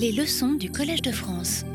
Les leçons du Collège de France.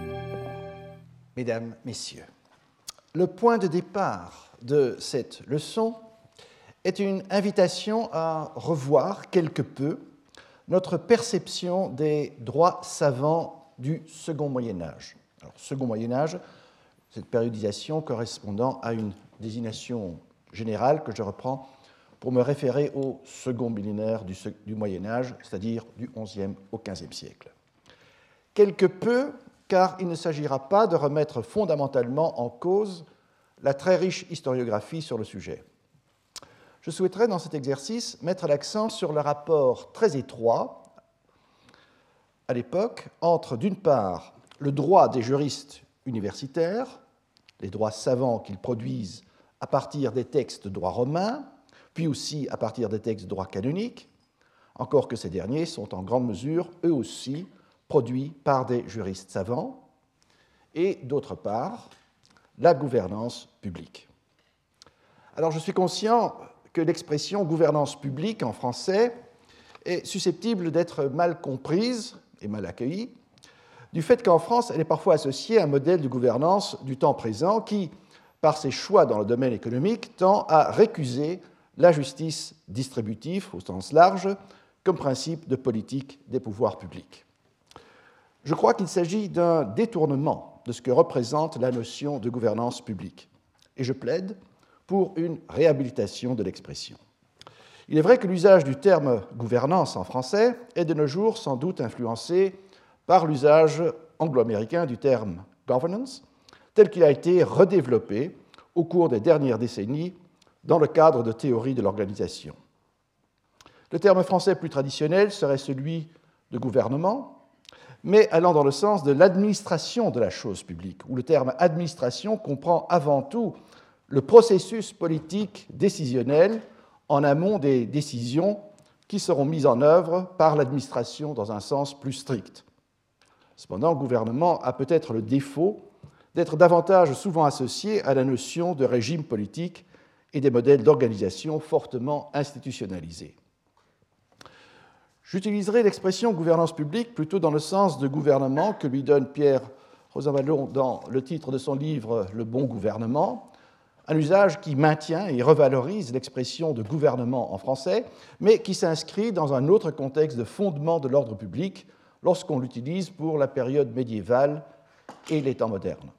Mesdames, Messieurs, le point de départ de cette leçon est une invitation à revoir quelque peu notre perception des droits savants du Second Moyen-Âge. Alors, Second Moyen-Âge, cette périodisation correspondant à une désignation générale que je reprends pour me référer au second millénaire du Moyen-Âge, c'est-à-dire du XIe au XVe siècle. Quelque peu, car il ne s'agira pas de remettre fondamentalement en cause la très riche historiographie sur le sujet. Je souhaiterais, dans cet exercice, mettre l'accent sur le rapport très étroit, à l'époque, entre, d'une part, le droit des juristes universitaires, les droits savants qu'ils produisent à partir des textes de droit romain, puis aussi à partir des textes de droit canonique, encore que ces derniers sont en grande mesure, eux aussi, produits par des juristes savants, et d'autre part, la gouvernance publique. Alors je suis conscient que l'expression gouvernance publique en français est susceptible d'être mal comprise et mal accueillie, du fait qu'en France, elle est parfois associée à un modèle de gouvernance du temps présent qui, par ses choix dans le domaine économique, tend à récuser la justice distributive, au sens large, comme principe de politique des pouvoirs publics. Je crois qu'il s'agit d'un détournement de ce que représente la notion de gouvernance publique, et je plaide pour une réhabilitation de l'expression. Il est vrai que l'usage du terme gouvernance en français est de nos jours sans doute influencé par l'usage anglo-américain du terme governance, tel qu'il a été redéveloppé au cours des dernières décennies dans le cadre de théorie de l'organisation. Le terme français plus traditionnel serait celui de gouvernement, mais allant dans le sens de l'administration de la chose publique, où le terme administration comprend avant tout le processus politique décisionnel en amont des décisions qui seront mises en œuvre par l'administration dans un sens plus strict. Cependant, le gouvernement a peut-être le défaut d'être davantage souvent associé à la notion de régime politique et des modèles d'organisation fortement institutionnalisés. J'utiliserai l'expression gouvernance publique plutôt dans le sens de gouvernement que lui donne Pierre Rosanvallon dans le titre de son livre « Le bon gouvernement », un usage qui maintient et revalorise l'expression de gouvernement en français, mais qui s'inscrit dans un autre contexte de fondement de l'ordre public lorsqu'on l'utilise pour la période médiévale et les temps modernes.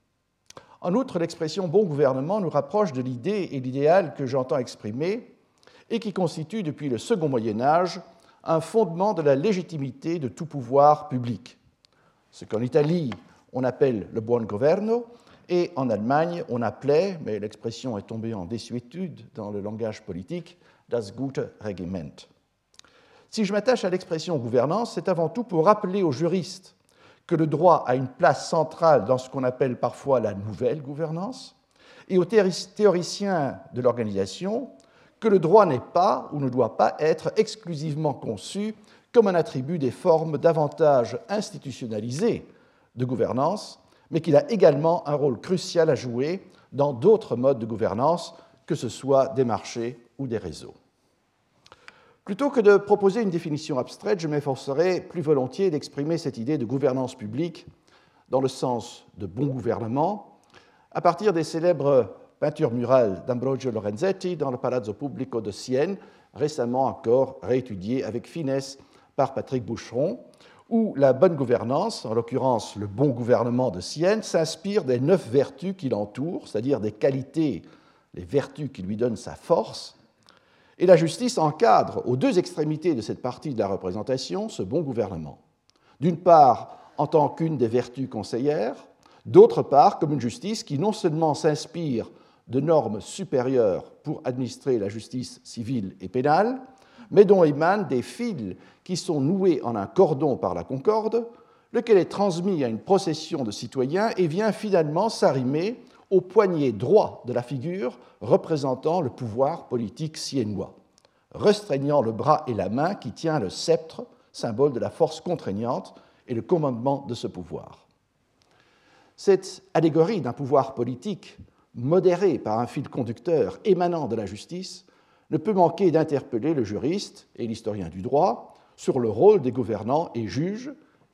En outre, l'expression « bon gouvernement » nous rapproche de l'idée et l'idéal que j'entends exprimer et qui constitue depuis le Second Moyen-Âge un fondement de la légitimité de tout pouvoir public, ce qu'en Italie on appelle le buon governo et en Allemagne on appelait, mais l'expression est tombée en désuétude dans le langage politique, das gute Regiment. Si je m'attache à l'expression gouvernance, c'est avant tout pour rappeler aux juristes que le droit a une place centrale dans ce qu'on appelle parfois la nouvelle gouvernance, et aux théoriciens de l'organisation que le droit n'est pas ou ne doit pas être exclusivement conçu comme un attribut des formes davantage institutionnalisées de gouvernance, mais qu'il a également un rôle crucial à jouer dans d'autres modes de gouvernance, que ce soit des marchés ou des réseaux. Plutôt que de proposer une définition abstraite, je m'efforcerai plus volontiers d'exprimer cette idée de gouvernance publique dans le sens de bon gouvernement, à partir des célèbres peintures murales d'Ambrogio Lorenzetti dans le Palazzo Pubblico de Sienne, récemment encore réétudiées avec finesse par Patrick Boucheron, où la bonne gouvernance, en l'occurrence le bon gouvernement de Sienne, s'inspire des 9 vertus qui l'entourent, c'est-à-dire des qualités, les vertus qui lui donnent sa force, et la justice encadre aux 2 extrémités de cette partie de la représentation ce bon gouvernement. D'une part, en tant qu'une des vertus conseillères, d'autre part, comme une justice qui non seulement s'inspire de normes supérieures pour administrer la justice civile et pénale, mais dont émanent des fils qui sont noués en un cordon par la concorde, lequel est transmis à une procession de citoyens et vient finalement s'arrimer au poignet droit de la figure représentant le pouvoir politique siennois, restreignant le bras et la main qui tient le sceptre, symbole de la force contraignante et le commandement de ce pouvoir. Cette allégorie d'un pouvoir politique modéré par un fil conducteur émanant de la justice ne peut manquer d'interpeller le juriste et l'historien du droit sur le rôle des gouvernants et juges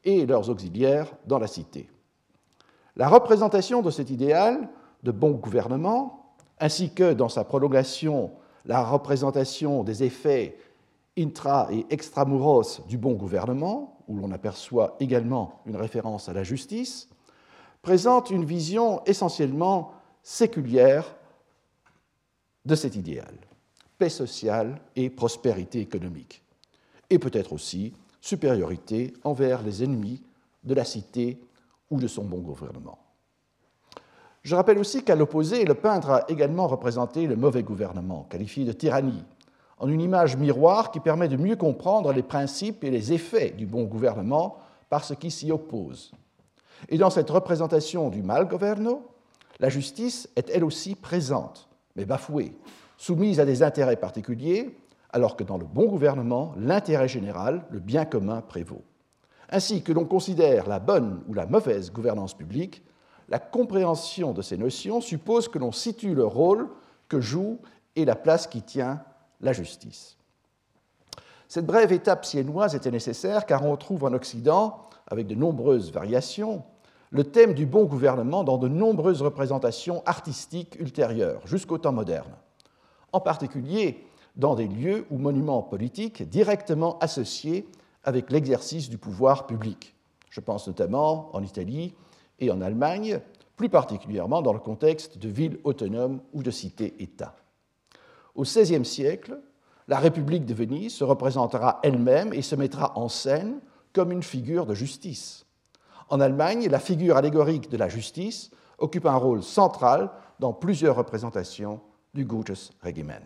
et leurs auxiliaires dans la cité. La représentation de cet idéal de bon gouvernement, ainsi que dans sa prolongation la représentation des effets intra- et extramuros du bon gouvernement, où l'on aperçoit également une référence à la justice, présente une vision essentiellement séculière de cet idéal, paix sociale et prospérité économique, et peut-être aussi supériorité envers les ennemis de la cité ou de son bon gouvernement. Je rappelle aussi qu'à l'opposé, le peintre a également représenté le mauvais gouvernement, qualifié de tyrannie, en une image miroir qui permet de mieux comprendre les principes et les effets du bon gouvernement par ce qui s'y oppose. Et dans cette représentation du malgoverno, la justice est elle aussi présente, mais bafouée, soumise à des intérêts particuliers, alors que dans le bon gouvernement, l'intérêt général, le bien commun, prévaut. Ainsi que l'on considère la bonne ou la mauvaise gouvernance publique, la compréhension de ces notions suppose que l'on situe le rôle que joue et la place qu'y tient la justice. Cette brève étape siennoise était nécessaire car on trouve en Occident, avec de nombreuses variations, le thème du bon gouvernement dans de nombreuses représentations artistiques ultérieures, jusqu'au temps moderne, en particulier dans des lieux ou monuments politiques directement associés avec l'exercice du pouvoir public. Je pense notamment en Italie et en Allemagne, plus particulièrement dans le contexte de villes autonomes ou de cités-États. Au XVIe siècle, la République de Venise se représentera elle-même et se mettra en scène comme une figure de justice. En Allemagne, la figure allégorique de la justice occupe un rôle central dans plusieurs représentations du Gutes Regiment.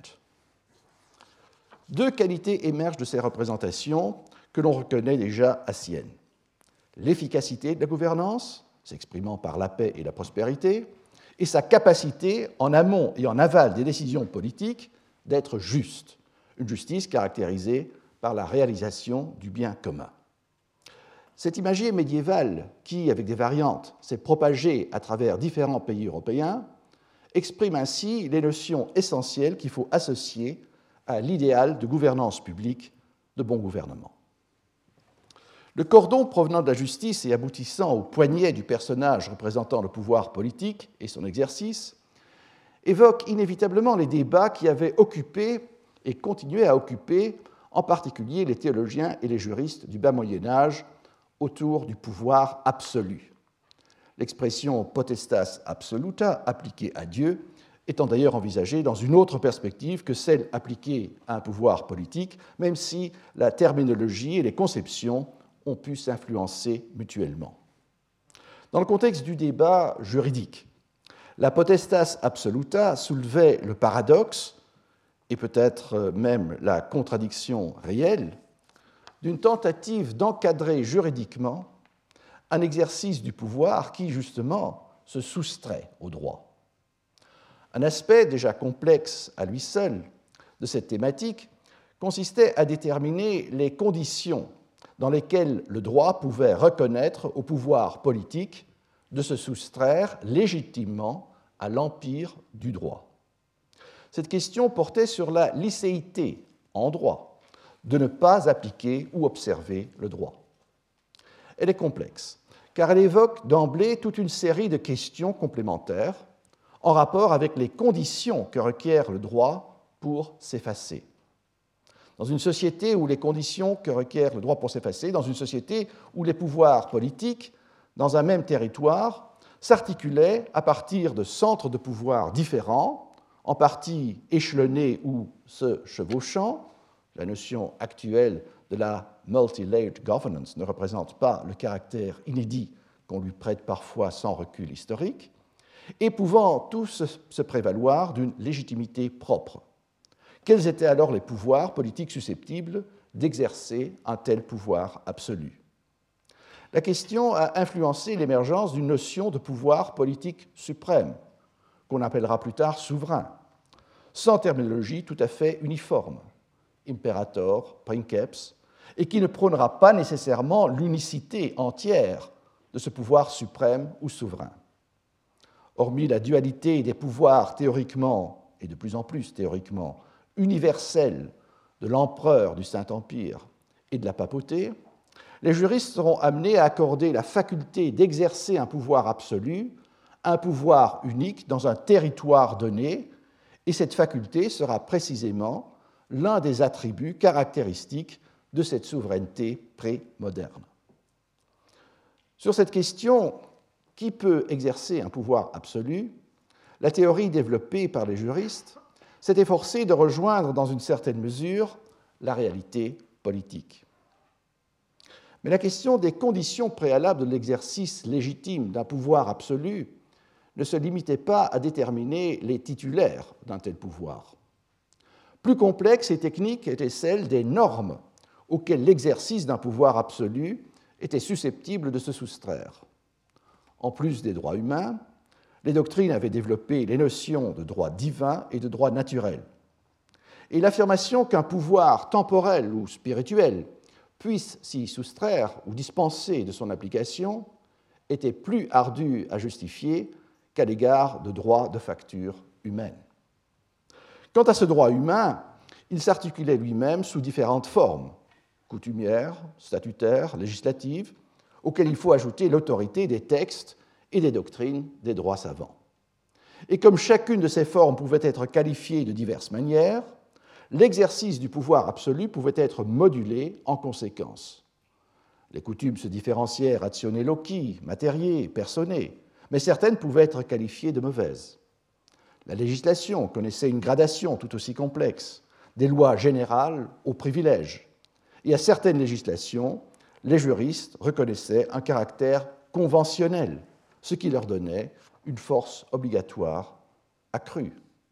Deux qualités émergent de ces représentations que l'on reconnaît déjà à Sienne. L'efficacité de la gouvernance, s'exprimant par la paix et la prospérité, et sa capacité, en amont et en aval des décisions politiques, d'être juste, une justice caractérisée par la réalisation du bien commun. Cet imagier médiéval, qui, avec des variantes, s'est propagé à travers différents pays européens, exprime ainsi les notions essentielles qu'il faut associer à l'idéal de gouvernance publique, de bon gouvernement. Le cordon provenant de la justice et aboutissant au poignet du personnage représentant le pouvoir politique et son exercice évoque inévitablement les débats qui avaient occupé et continuaient à occuper en particulier les théologiens et les juristes du bas Moyen-Âge autour du pouvoir absolu. L'expression potestas absoluta, appliquée à Dieu, étant d'ailleurs envisagée dans une autre perspective que celle appliquée à un pouvoir politique, même si la terminologie et les conceptions ont pu s'influencer mutuellement. Dans le contexte du débat juridique, la potestas absoluta soulevait le paradoxe, et peut-être même la contradiction réelle, d'une tentative d'encadrer juridiquement un exercice du pouvoir qui, justement, se soustrait au droit. Un aspect déjà complexe à lui seul de cette thématique consistait à déterminer les conditions dans lesquelles le droit pouvait reconnaître au pouvoir politique de se soustraire légitimement à l'empire du droit. Cette question portait sur la licéité en droit de ne pas appliquer ou observer le droit. Elle est complexe, car elle évoque d'emblée toute une série de questions complémentaires en rapport avec les conditions que requiert le droit pour s'effacer. Dans une société où les conditions que requiert le droit pour s'effacer, dans une société où les pouvoirs politiques, dans un même territoire, s'articulaient à partir de centres de pouvoir différents, en partie échelonnés ou se chevauchant. La notion actuelle de la multi-layered governance ne représente pas le caractère inédit qu'on lui prête parfois sans recul historique, et pouvant tous se prévaloir d'une légitimité propre. Quels étaient alors les pouvoirs politiques susceptibles d'exercer un tel pouvoir absolu? La question a influencé l'émergence d'une notion de pouvoir politique suprême, qu'on appellera plus tard souverain, sans terminologie tout à fait uniforme, imperator, princeps, et qui ne prônera pas nécessairement l'unicité entière de ce pouvoir suprême ou souverain. Hormis la dualité des pouvoirs théoriquement, et de plus en plus théoriquement, universels de l'empereur du Saint-Empire et de la papauté, les juristes seront amenés à accorder la faculté d'exercer un pouvoir absolu, un pouvoir unique dans un territoire donné, et cette faculté sera précisément l'un des attributs caractéristiques de cette souveraineté pré-moderne. Sur cette question, qui peut exercer un pouvoir absolu, la théorie développée par les juristes s'est efforcée de rejoindre dans une certaine mesure la réalité politique. Mais la question des conditions préalables de l'exercice légitime d'un pouvoir absolu ne se limitait pas à déterminer les titulaires d'un tel pouvoir. Plus complexe et technique était celle des normes auxquelles l'exercice d'un pouvoir absolu était susceptible de se soustraire. En plus des droits humains, les doctrines avaient développé les notions de droit divin et de droit naturel. Et l'affirmation qu'un pouvoir temporel ou spirituel puisse s'y soustraire ou dispenser de son application était plus ardue à justifier qu'à l'égard de droits de facture humaine. Quant à ce droit humain, il s'articulait lui-même sous différentes formes, coutumières, statutaires, législatives, auxquelles il faut ajouter l'autorité des textes et des doctrines des droits savants. Et comme chacune de ces formes pouvait être qualifiée de diverses manières, l'exercice du pouvoir absolu pouvait être modulé en conséquence. Les coutumes se différenciaient ratione loci, materie, personae, mais certaines pouvaient être qualifiées de mauvaises. La législation connaissait une gradation tout aussi complexe, des lois générales aux privilèges, et à certaines législations, les juristes reconnaissaient un caractère conventionnel, ce qui leur donnait une force obligatoire accrue.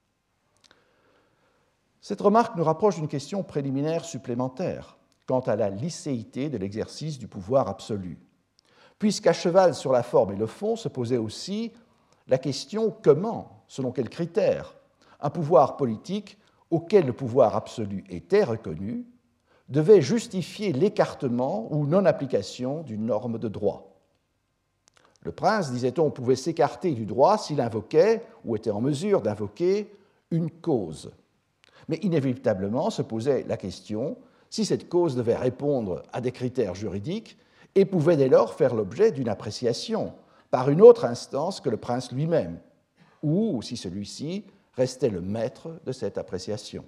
Cette remarque nous rapproche d'une question préliminaire supplémentaire quant à la licéité de l'exercice du pouvoir absolu, puisqu'à cheval sur la forme et le fond se posait aussi la question comment, selon quels critères, un pouvoir politique auquel le pouvoir absolu était reconnu devait justifier l'écartement ou non-application d'une norme de droit. Le prince, disait-on, pouvait s'écarter du droit s'il invoquait, ou était en mesure d'invoquer, une cause. Mais inévitablement se posait la question si cette cause devait répondre à des critères juridiques et pouvait dès lors faire l'objet d'une appréciation par une autre instance que le prince lui-même, ou si celui-ci restait le maître de cette appréciation.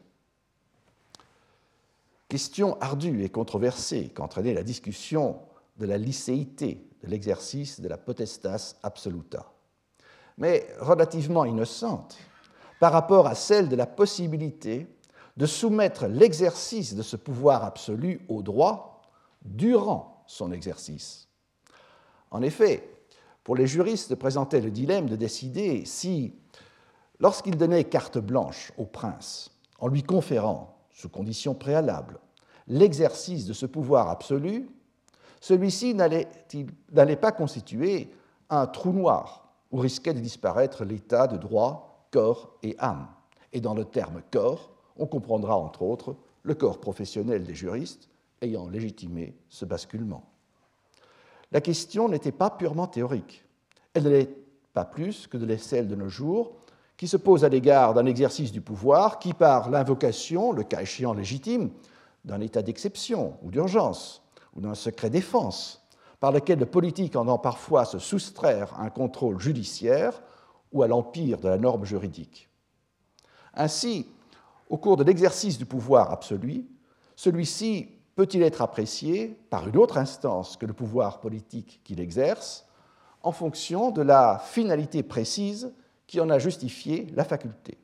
Question ardue et controversée qu'entraînait la discussion de la licéité de l'exercice de la potestas absoluta, mais relativement innocente par rapport à celle de la possibilité de soumettre l'exercice de ce pouvoir absolu au droit durant son exercice. En effet, pour les juristes présentait le dilemme de décider si, lorsqu'ils donnaient carte blanche au prince en lui conférant, sous conditions préalables, l'exercice de ce pouvoir absolu, celui-ci n'allait pas constituer un trou noir où risquait de disparaître l'état de droit, corps et âme. Et dans le terme corps, on comprendra entre autres le corps professionnel des juristes ayant légitimé ce basculement. La question n'était pas purement théorique. Elle ne l'est pas plus que de celle de nos jours, qui se pose à l'égard d'un exercice du pouvoir qui, par l'invocation, le cas échéant légitime, d'un état d'exception ou d'urgence, ou d'un secret défense, par lequel le politique entend parfois se soustraire à un contrôle judiciaire ou à l'empire de la norme juridique. Ainsi, au cours de l'exercice du pouvoir absolu, celui-ci peut-il être apprécié par une autre instance que le pouvoir politique qu'il exerce, en fonction de la finalité précise qui en a justifié la faculté.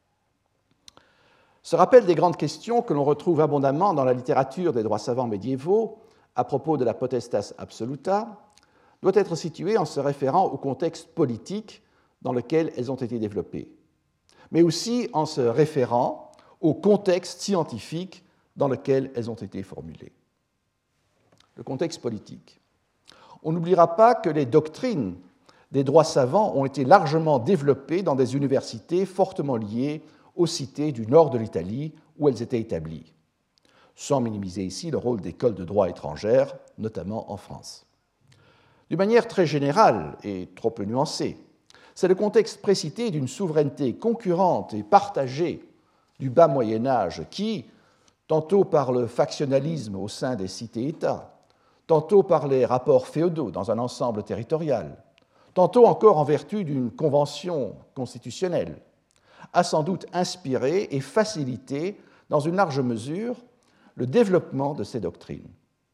Ce rappel des grandes questions que l'on retrouve abondamment dans la littérature des droits savants médiévaux à propos de la potestas absoluta doit être situé en se référant au contexte politique dans lequel elles ont été développées, mais aussi en se référant au contexte scientifique dans lequel elles ont été formulées. Le contexte politique. On n'oubliera pas que les doctrines des droits savants ont été largement développées dans des universités fortement liées aux cités du nord de l'Italie où elles étaient établies, sans minimiser ici le rôle d'écoles de droit étrangères, notamment en France. D'une manière très générale et trop peu nuancée, c'est le contexte précité d'une souveraineté concurrente et partagée du bas Moyen-Âge qui, tantôt par le factionnalisme au sein des cités-États, tantôt par les rapports féodaux dans un ensemble territorial, tantôt encore en vertu d'une convention constitutionnelle, a sans doute inspiré et facilité, dans une large mesure, le développement de ces doctrines.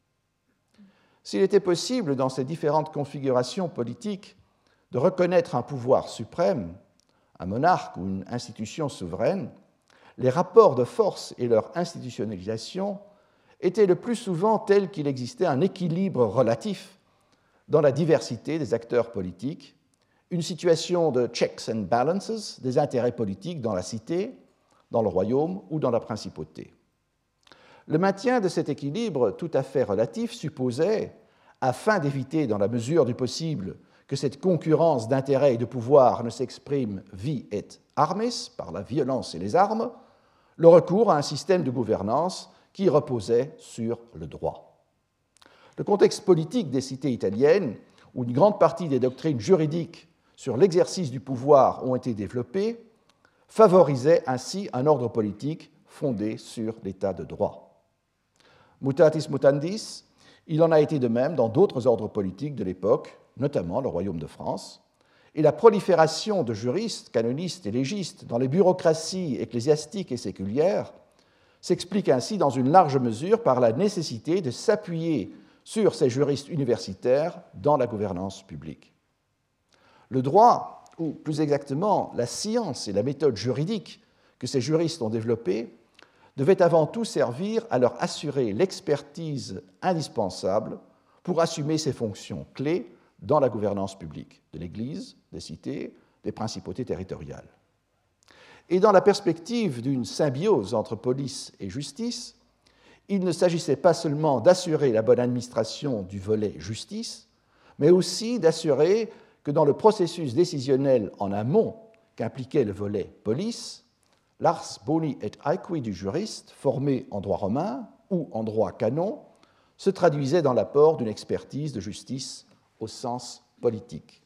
S'il était possible, dans ces différentes configurations politiques, de reconnaître un pouvoir suprême, un monarque ou une institution souveraine, les rapports de force et leur institutionnalisation étaient le plus souvent tels qu'il existait un équilibre relatif dans la diversité des acteurs politiques, une situation de checks and balances des intérêts politiques dans la cité, dans le royaume ou dans la principauté. Le maintien de cet équilibre tout à fait relatif supposait, afin d'éviter dans la mesure du possible que cette concurrence d'intérêts et de pouvoir ne s'exprime vi et armis, par la violence et les armes, le recours à un système de gouvernance qui reposait sur le droit. Le contexte politique des cités italiennes, où une grande partie des doctrines juridiques sur l'exercice du pouvoir ont été développées, favorisait ainsi un ordre politique fondé sur l'état de droit. Mutatis mutandis, il en a été de même dans d'autres ordres politiques de l'époque, notamment le Royaume de France, et la prolifération de juristes, canonistes et légistes dans les bureaucraties ecclésiastiques et séculières s'explique ainsi dans une large mesure par la nécessité de s'appuyer sur ces juristes universitaires dans la gouvernance publique. Le droit, ou plus exactement la science et la méthode juridique que ces juristes ont développées, devait avant tout servir à leur assurer l'expertise indispensable pour assumer ces fonctions clés dans la gouvernance publique de l'Église, des cités, des principautés territoriales. Et dans la perspective d'une symbiose entre police et justice, il ne s'agissait pas seulement d'assurer la bonne administration du volet justice, mais aussi d'assurer que dans le processus décisionnel en amont qu'impliquait le volet police, l'ars boni et aequi du juriste, formé en droit romain ou en droit canon, se traduisait dans l'apport d'une expertise de justice au sens politique.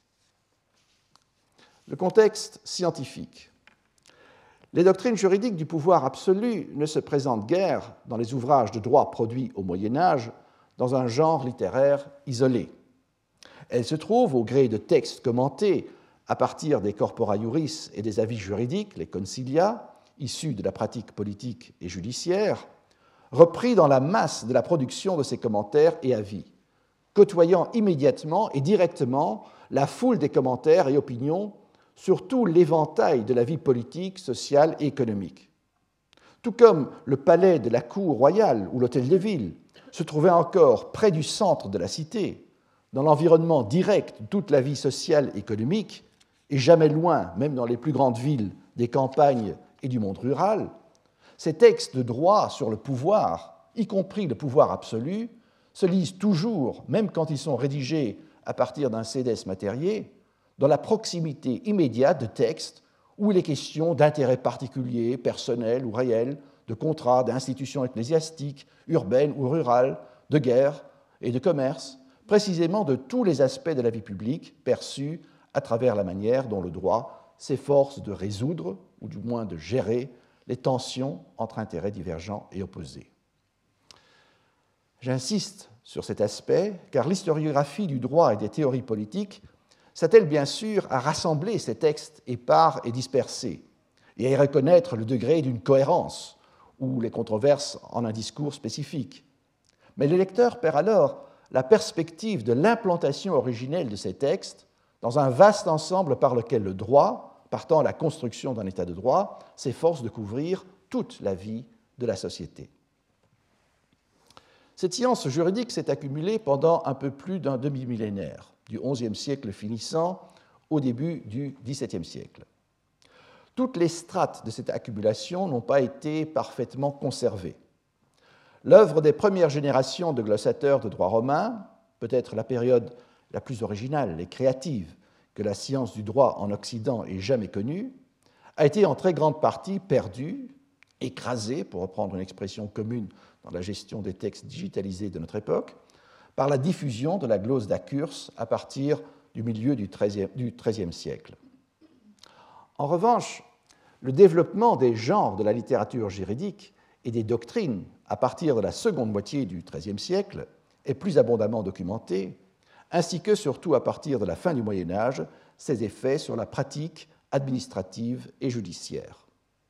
Le contexte scientifique. Les doctrines juridiques du pouvoir absolu ne se présentent guère dans les ouvrages de droit produits au Moyen Âge dans un genre littéraire isolé. Elles se trouvent, au gré de textes commentés à partir des corpora juris et des avis juridiques, les concilia, issus de la pratique politique et judiciaire, repris dans la masse de la production de ces commentaires et avis, côtoyant immédiatement et directement la foule des commentaires et opinions sur tout l'éventail de la vie politique, sociale et économique. Tout comme le palais de la cour royale ou l'hôtel de ville se trouvait encore près du centre de la cité, dans l'environnement direct de toute la vie sociale et économique, et jamais loin, même dans les plus grandes villes, des campagnes et du monde rural, ces textes de droit sur le pouvoir, y compris le pouvoir absolu, se lisent toujours, même quand ils sont rédigés à partir d'un sédès matériel, dans la proximité immédiate de textes où il est question d'intérêts particuliers, personnels ou réels, de contrats, d'institutions ecclésiastiques, urbaines ou rurales, de guerre et de commerce, précisément de tous les aspects de la vie publique perçus à travers la manière dont le droit s'efforce de résoudre, ou du moins de gérer, les tensions entre intérêts divergents et opposés. J'insiste sur cet aspect, car l'historiographie du droit et des théories politiques s'attelle bien sûr à rassembler ces textes épars et dispersés, et à y reconnaître le degré d'une cohérence ou les controverses en un discours spécifique. Mais le lecteur perd alors la perspective de l'implantation originelle de ces textes dans un vaste ensemble par lequel le droit, partant à la construction d'un état de droit, s'efforce de couvrir toute la vie de la société. Cette science juridique s'est accumulée pendant un peu plus d'un demi-millénaire, du XIe siècle finissant au début du XVIIe siècle. Toutes les strates de cette accumulation n'ont pas été parfaitement conservées. L'œuvre des premières générations de glossateurs de droit romain, peut-être la période la plus originale et créative que la science du droit en Occident ait jamais connue, a été en très grande partie perdue, écrasée, pour reprendre une expression commune dans la gestion des textes digitalisés de notre époque, par la diffusion de la glose d'Acurs à partir du milieu du XIIIe siècle. En revanche, le développement des genres de la littérature juridique et des doctrines à partir de la seconde moitié du XIIIe siècle est plus abondamment documentée, ainsi que, surtout à partir de la fin du Moyen Âge, ses effets sur la pratique administrative et judiciaire.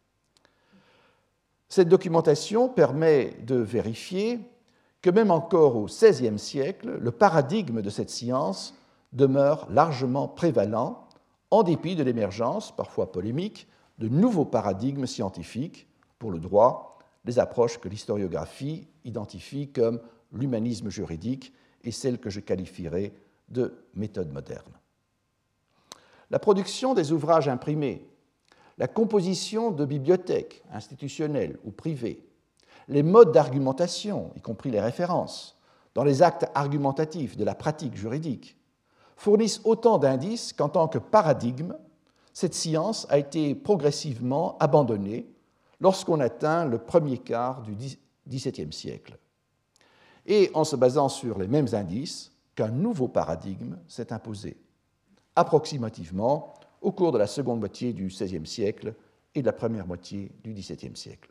Cette documentation permet de vérifier que même encore au XVIe siècle, le paradigme de cette science demeure largement prévalent, en dépit de l'émergence, parfois polémique, de nouveaux paradigmes scientifiques pour le droit, les approches que l'historiographie identifie comme l'humanisme juridique et celles que je qualifierais de méthode moderne. La production des ouvrages imprimés, la composition de bibliothèques institutionnelles ou privées, les modes d'argumentation, y compris les références, dans les actes argumentatifs de la pratique juridique, fournissent autant d'indices qu'en tant que paradigme, cette science a été progressivement abandonnée lorsqu'on atteint le premier quart du XVIIe siècle. Et en se basant sur les mêmes indices, qu'un nouveau paradigme s'est imposé, approximativement au cours de la seconde moitié du XVIe siècle et de la première moitié du XVIIe siècle.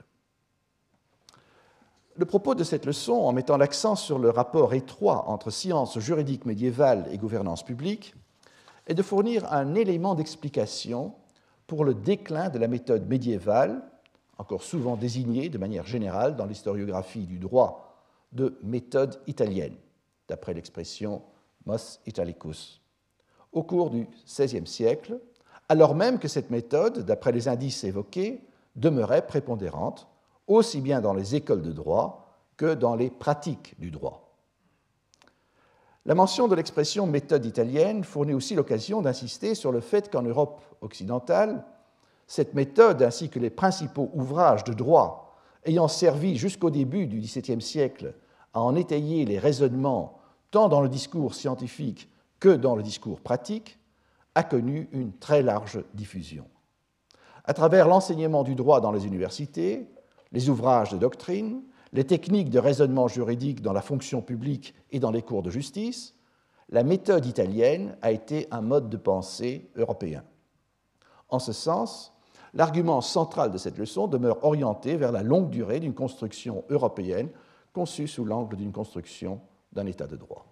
Le propos de cette leçon, en mettant l'accent sur le rapport étroit entre sciences juridiques médiévales et gouvernance publique, est de fournir un élément d'explication pour le déclin de la méthode médiévale, encore souvent désignée de manière générale dans l'historiographie du droit de méthode italienne, d'après l'expression mos italicus, au cours du XVIe siècle, alors même que cette méthode, d'après les indices évoqués, demeurait prépondérante, aussi bien dans les écoles de droit que dans les pratiques du droit. La mention de l'expression méthode italienne fournit aussi l'occasion d'insister sur le fait qu'en Europe occidentale, cette méthode ainsi que les principaux ouvrages de droit ayant servi jusqu'au début du XVIIe siècle à en étayer les raisonnements tant dans le discours scientifique que dans le discours pratique, a connu une très large diffusion. À travers l'enseignement du droit dans les universités, les ouvrages de doctrine, les techniques de raisonnement juridique dans la fonction publique et dans les cours de justice, la méthode italienne a été un mode de pensée européen. En ce sens, l'argument central de cette leçon demeure orienté vers la longue durée d'une construction européenne conçue sous l'angle d'une construction d'un État de droit.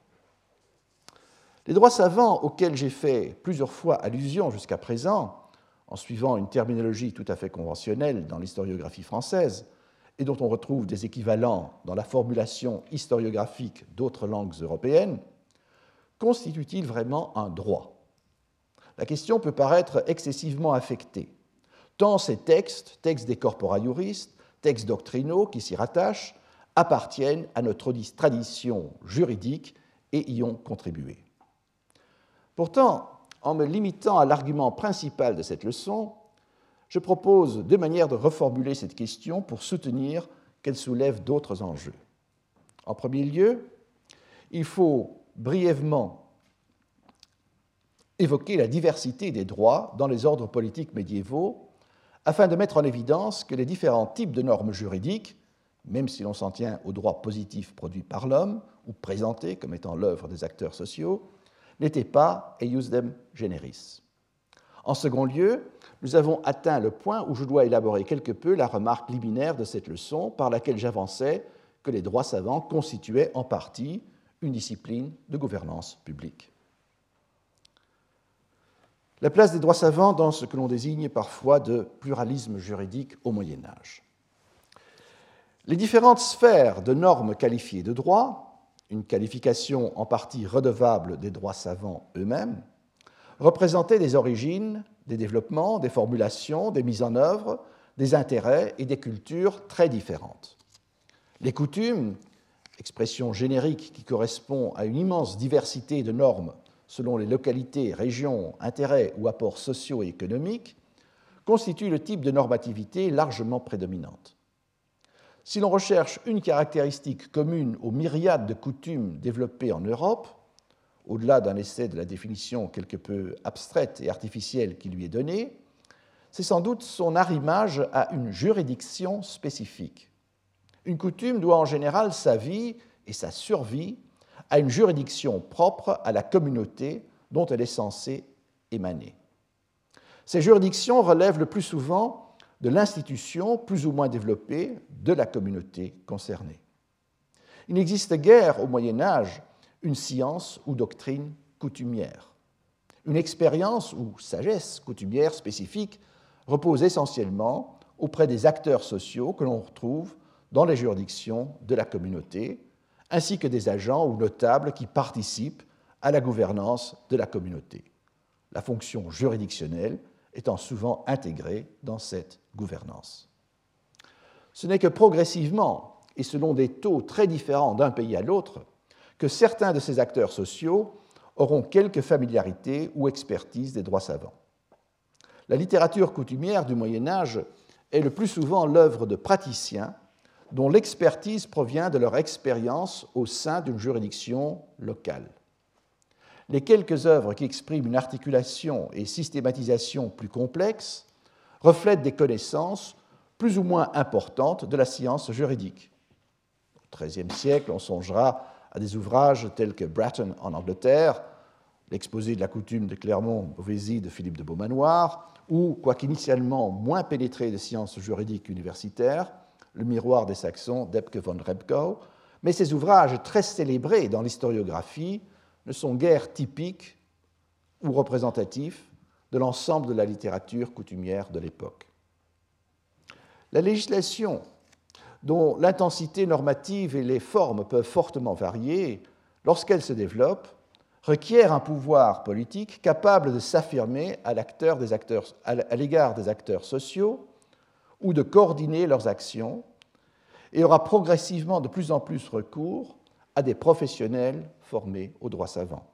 Les droits savants auxquels j'ai fait plusieurs fois allusion jusqu'à présent, en suivant une terminologie tout à fait conventionnelle dans l'historiographie française, et dont on retrouve des équivalents dans la formulation historiographique d'autres langues européennes, constitue-t-il vraiment un droit? La question peut paraître excessivement affectée, tant ces textes des corpora juris, textes doctrinaux qui s'y rattachent, appartiennent à notre tradition juridique et y ont contribué. Pourtant, en me limitant à l'argument principal de cette leçon, je propose deux manières de reformuler cette question pour soutenir qu'elle soulève d'autres enjeux. En premier lieu, il faut brièvement évoquer la diversité des droits dans les ordres politiques médiévaux afin de mettre en évidence que les différents types de normes juridiques, même si l'on s'en tient aux droits positifs produits par l'homme ou présentés comme étant l'œuvre des acteurs sociaux, n'étaient pas eiusdem generis. En second lieu, nous avons atteint le point où je dois élaborer quelque peu la remarque liminaire de cette leçon par laquelle j'avançais que les droits savants constituaient en partie une discipline de gouvernance publique. La place des droits savants dans ce que l'on désigne parfois de pluralisme juridique au Moyen Âge. Les différentes sphères de normes qualifiées de droit, une qualification en partie redevable des droits savants eux-mêmes, représentaient des origines, des développements, des formulations, des mises en œuvre, des intérêts et des cultures très différentes. Les coutumes, expression générique qui correspond à une immense diversité de normes selon les localités, régions, intérêts ou apports sociaux et économiques, constituent le type de normativité largement prédominante. Si l'on recherche une caractéristique commune aux myriades de coutumes développées en Europe, au-delà d'un essai de la définition quelque peu abstraite et artificielle qui lui est donnée, c'est sans doute son arrimage à une juridiction spécifique. Une coutume doit en général sa vie et sa survie à une juridiction propre à la communauté dont elle est censée émaner. Ces juridictions relèvent le plus souvent de l'institution plus ou moins développée de la communauté concernée. il n'existe guère au Moyen Âge une science ou doctrine coutumière. Une expérience ou sagesse coutumière spécifique repose essentiellement auprès des acteurs sociaux que l'on retrouve dans les juridictions de la communauté, ainsi que des agents ou notables qui participent à la gouvernance de la communauté, la fonction juridictionnelle étant souvent intégrée dans cette gouvernance. Ce n'est que progressivement, et selon des taux très différents d'un pays à l'autre, que certains de ces acteurs sociaux auront quelque familiarité ou expertise des droits savants. La littérature coutumière du Moyen Âge est le plus souvent l'œuvre de praticiens dont l'expertise provient de leur expérience au sein d'une juridiction locale. Les quelques œuvres qui expriment une articulation et systématisation plus complexes reflètent des connaissances plus ou moins importantes de la science juridique. Au XIIIe siècle, on songera à des ouvrages tels que Bratton en Angleterre, l'exposé de la coutume de Clermont-Beauvaisis de Philippe de Beaumanoir, ou, quoiqu'initialement moins pénétré de sciences juridiques universitaires, Le miroir des Saxons d'Epke von Rebkow, mais ces ouvrages très célébrés dans l'historiographie ne sont guère typiques ou représentatifs de l'ensemble de la littérature coutumière de l'époque. La législation, dont l'intensité normative et les formes peuvent fortement varier, lorsqu'elle se développe, requiert un pouvoir politique capable de s'affirmer à l'égard des acteurs sociaux ou de coordonner leurs actions, et aura progressivement de plus en plus recours à des professionnels formés au droit savant.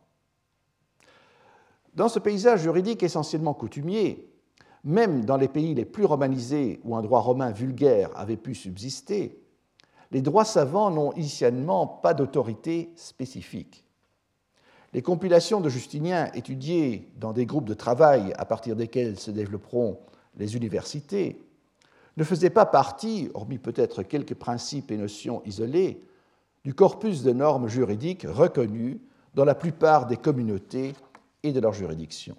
Dans ce paysage juridique essentiellement coutumier, même dans les pays les plus romanisés où un droit romain vulgaire avait pu subsister, les droits savants n'ont initialement pas d'autorité spécifique. Les compilations de Justinien étudiées dans des groupes de travail à partir desquels se développeront les universités ne faisaient pas partie, hormis peut-être quelques principes et notions isolés, du corpus de normes juridiques reconnues dans la plupart des communautés et de leurs juridictions.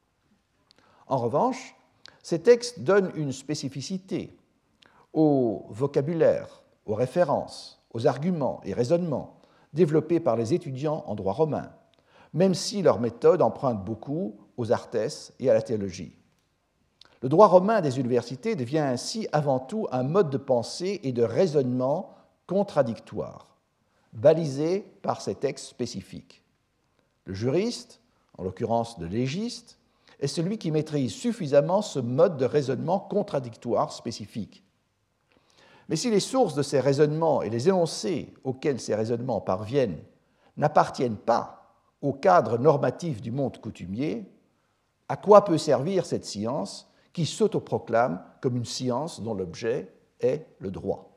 En revanche, ces textes donnent une spécificité au vocabulaire, aux références, aux arguments et raisonnements développés par les étudiants en droit romain, même si leur méthode emprunte beaucoup aux artès et à la théologie. Le droit romain des universités devient ainsi avant tout un mode de pensée et de raisonnement contradictoire, balisé par ces textes spécifiques. Le juriste, en l'occurrence le légiste, est celui qui maîtrise suffisamment ce mode de raisonnement contradictoire spécifique. Mais si les sources de ces raisonnements et les énoncés auxquels ces raisonnements parviennent n'appartiennent pas au cadre normatif du monde coutumier, à quoi peut servir cette science qui s'autoproclame comme une science dont l'objet est le droit?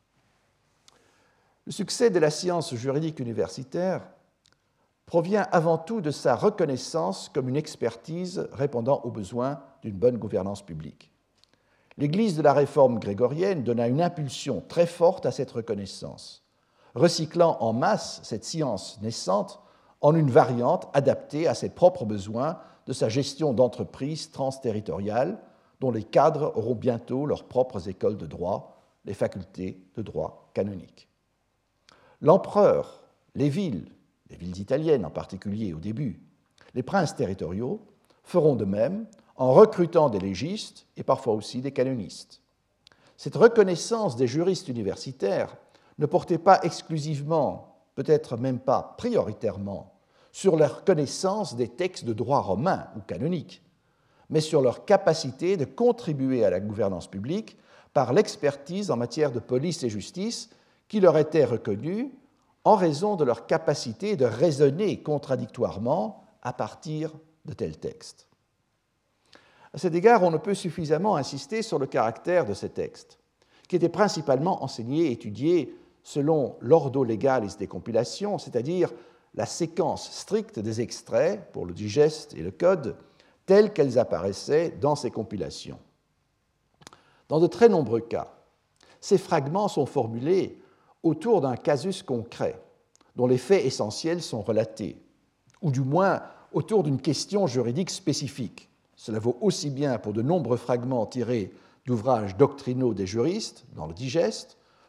Le succès de la science juridique universitaire provient avant tout de sa reconnaissance comme une expertise répondant aux besoins d'une bonne gouvernance publique. L'Église de la Réforme grégorienne donna une impulsion très forte à cette reconnaissance, recyclant en masse cette science naissante en une variante adaptée à ses propres besoins de sa gestion d'entreprises transterritoriales, dont les cadres auront bientôt leurs propres écoles de droit, les facultés de droit canonique. L'empereur, les villes italiennes en particulier au début, les princes territoriaux feront de même en recrutant des légistes et parfois aussi des canonistes. Cette reconnaissance des juristes universitaires ne portait pas exclusivement, peut-être même pas prioritairement, sur leur connaissance des textes de droit romain ou canonique, mais sur leur capacité de contribuer à la gouvernance publique par l'expertise en matière de police et justice qui leur était reconnue en raison de leur capacité de raisonner contradictoirement à partir de tels textes. À cet égard, on ne peut suffisamment insister sur le caractère de ces textes, qui étaient principalement enseignés et étudiés selon l'ordo legalis des compilations, c'est-à-dire la séquence stricte des extraits pour le digeste et le code, telles qu'elles apparaissaient dans ces compilations. Dans de très nombreux cas, ces fragments sont formulés autour d'un casus concret, dont les faits essentiels sont relatés, ou du moins autour d'une question juridique spécifique. Cela vaut aussi bien pour de nombreux fragments tirés d'ouvrages doctrinaux des juristes, dans le digeste,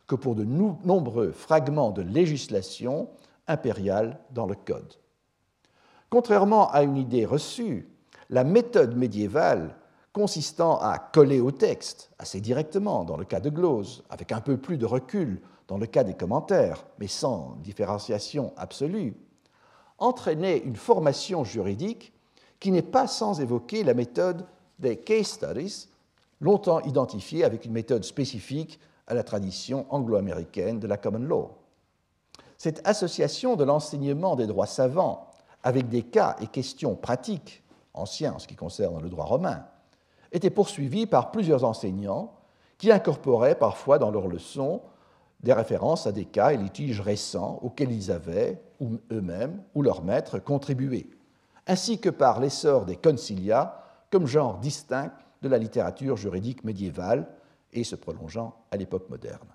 que pour de nombreux fragments de législation impériale dans le Code. Contrairement à une idée reçue, la méthode médiévale consistant à coller au texte assez directement dans le cas de glose, avec un peu plus de recul dans le cas des commentaires, mais sans différenciation absolue, entraînait une formation juridique qui n'est pas sans évoquer la méthode des case studies, longtemps identifiée avec une méthode spécifique à la tradition anglo-américaine de la common law. Cette association de l'enseignement des droits savants avec des cas et questions pratiques, anciens en ce qui concerne le droit romain, était poursuivie par plusieurs enseignants qui incorporaient parfois dans leurs leçons des références à des cas et litiges récents auxquels ils avaient, ou eux-mêmes, ou leurs maîtres, contribué, ainsi que par l'essor des concilia comme genre distinct de la littérature juridique médiévale et se prolongeant à l'époque moderne.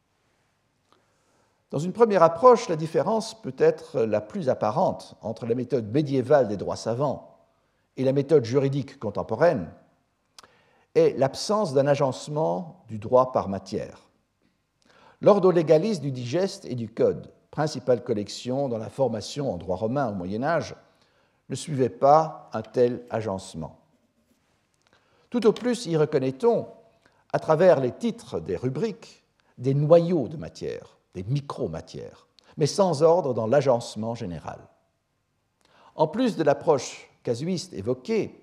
Dans une première approche, la différence peut être la plus apparente entre la méthode médiévale des droits savants et la méthode juridique contemporaine est l'absence d'un agencement du droit par matière. L'Ordo Legalis du Digeste et du Code, principale collection dans la formation en droit romain au Moyen Âge, ne suivait pas un tel agencement. Tout au plus y reconnaît-on, à travers les titres des rubriques, des noyaux de matière, des micro-matières, mais sans ordre dans l'agencement général. En plus de l'approche casuiste évoquée,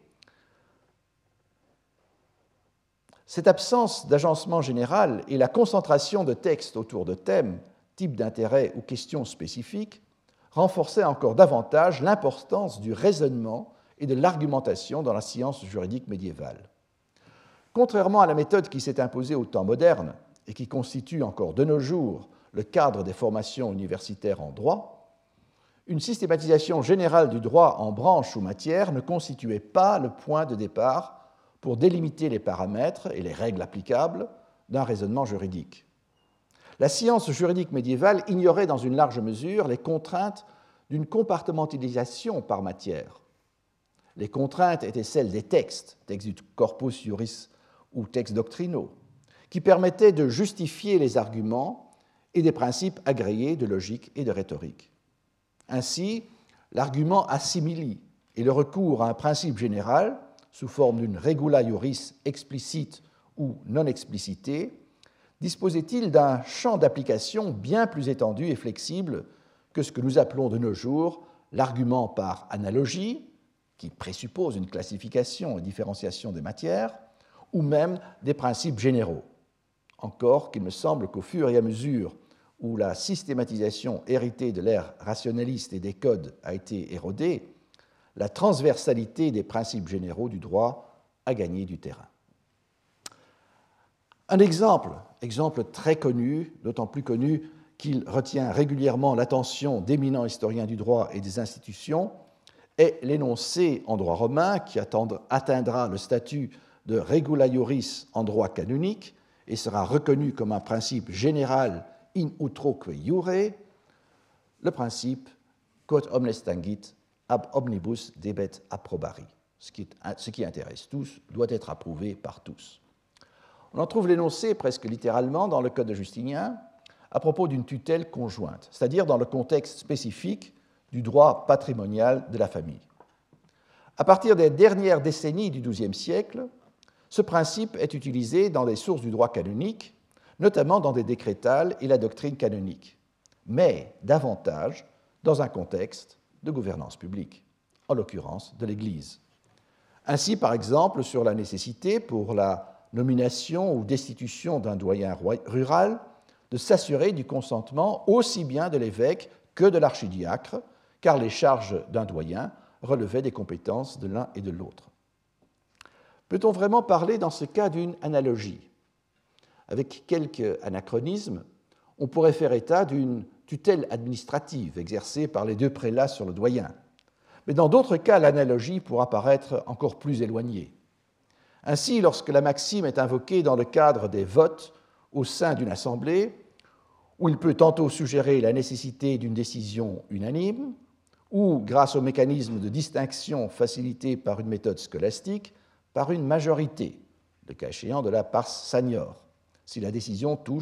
cette absence d'agencement général et la concentration de textes autour de thèmes, types d'intérêt ou questions spécifiques, renforçaient encore davantage l'importance du raisonnement et de l'argumentation dans la science juridique médiévale. Contrairement à la méthode qui s'est imposée au temps moderne et qui constitue encore de nos jours le cadre des formations universitaires en droit, une systématisation générale du droit en branches ou matières ne constituait pas le point de départ pour délimiter les paramètres et les règles applicables d'un raisonnement juridique. La science juridique médiévale ignorait dans une large mesure les contraintes d'une compartimentalisation par matière. Les contraintes étaient celles des textes du corpus juris ou textes doctrinaux, qui permettaient de justifier les arguments et des principes agréés de logique et de rhétorique. Ainsi, l'argument assimili et le recours à un principe général sous forme d'une regula juris explicite ou non explicitée, disposait-il d'un champ d'application bien plus étendu et flexible que ce que nous appelons de nos jours l'argument par analogie, qui présuppose une classification et différenciation des matières, ou même des principes généraux. Encore qu'il me semble qu'au fur et à mesure où la systématisation héritée de l'ère rationaliste et des codes a été érodée, la transversalité des principes généraux du droit a gagné du terrain. Un exemple très connu, d'autant plus connu qu'il retient régulièrement l'attention d'éminents historiens du droit et des institutions, est l'énoncé en droit romain qui atteindra le statut de regula juris en droit canonique et sera reconnu comme un principe général in utroque iure, le principe quod omnes tangit ab omnibus debet approbari. Ce qui intéresse tous doit être approuvé par tous. On en trouve l'énoncé presque littéralement dans le Code de Justinien à propos d'une tutelle conjointe, c'est-à-dire dans le contexte spécifique du droit patrimonial de la famille. À partir des dernières décennies du XIIe siècle, ce principe est utilisé dans des sources du droit canonique, notamment dans des décrétales et la doctrine canonique, mais davantage dans un contexte de gouvernance publique, en l'occurrence de l'Église. Ainsi, par exemple, sur la nécessité pour la nomination ou destitution d'un doyen rural de s'assurer du consentement aussi bien de l'évêque que de l'archidiacre, car les charges d'un doyen relevaient des compétences de l'un et de l'autre. Peut-on vraiment parler dans ce cas d'une analogie? Avec quelques anachronismes, on pourrait faire état d'une tutelle administrative exercée par les deux prélats sur le doyen. Mais dans d'autres cas, l'analogie pourra paraître encore plus éloignée. Ainsi, lorsque la maxime est invoquée dans le cadre des votes au sein d'une assemblée, où il peut tantôt suggérer la nécessité d'une décision unanime, ou, grâce au mécanisme de distinction facilité par une méthode scolastique, par une majorité, le cas échéant de la pars sanior, si la décision touche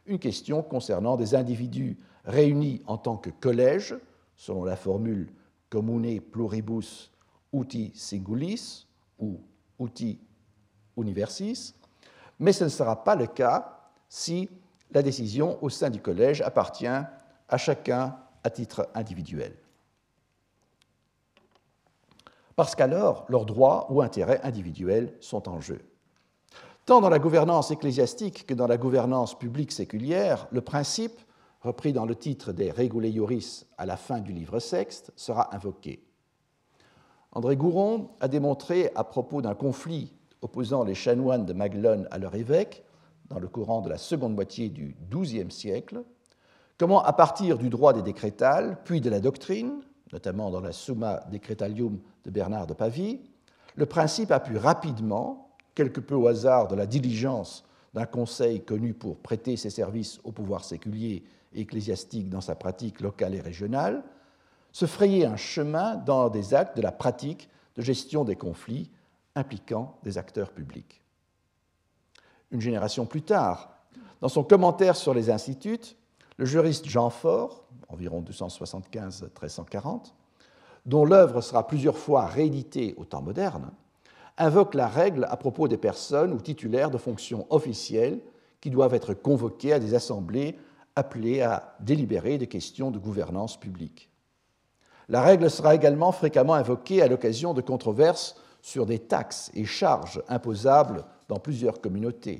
une question concernant des individus réunis en tant que collège, selon la formule commune pluribus uti singulis ou uti universis, mais ce ne sera pas le cas si la décision au sein du collège appartient à chacun à titre individuel. Parce qu'alors, leurs droits ou intérêts individuels sont en jeu. Tant dans la gouvernance ecclésiastique que dans la gouvernance publique séculière, le principe, repris dans le titre des Regulae Iuris à la fin du livre sexte, sera invoqué. André Gouron a démontré, à propos d'un conflit opposant les chanoines de Maguelone à leur évêque, dans le courant de la seconde moitié du XIIe siècle, comment, à partir du droit des décrétales, puis de la doctrine, notamment dans la Summa Decretalium de Bernard de Pavie, le principe a pu rapidement, quelque peu au hasard de la diligence d'un conseil connu pour prêter ses services au pouvoir séculier et ecclésiastique dans sa pratique locale et régionale, se frayer un chemin dans des actes de la pratique de gestion des conflits impliquant des acteurs publics. Une génération plus tard, dans son commentaire sur les instituts, le juriste Jean Faure, environ 275-1340, dont l'œuvre sera plusieurs fois rééditée au temps moderne, invoque la règle à propos des personnes ou titulaires de fonctions officielles qui doivent être convoquées à des assemblées appelées à délibérer des questions de gouvernance publique. La règle sera également fréquemment invoquée à l'occasion de controverses sur des taxes et charges imposables dans plusieurs communautés.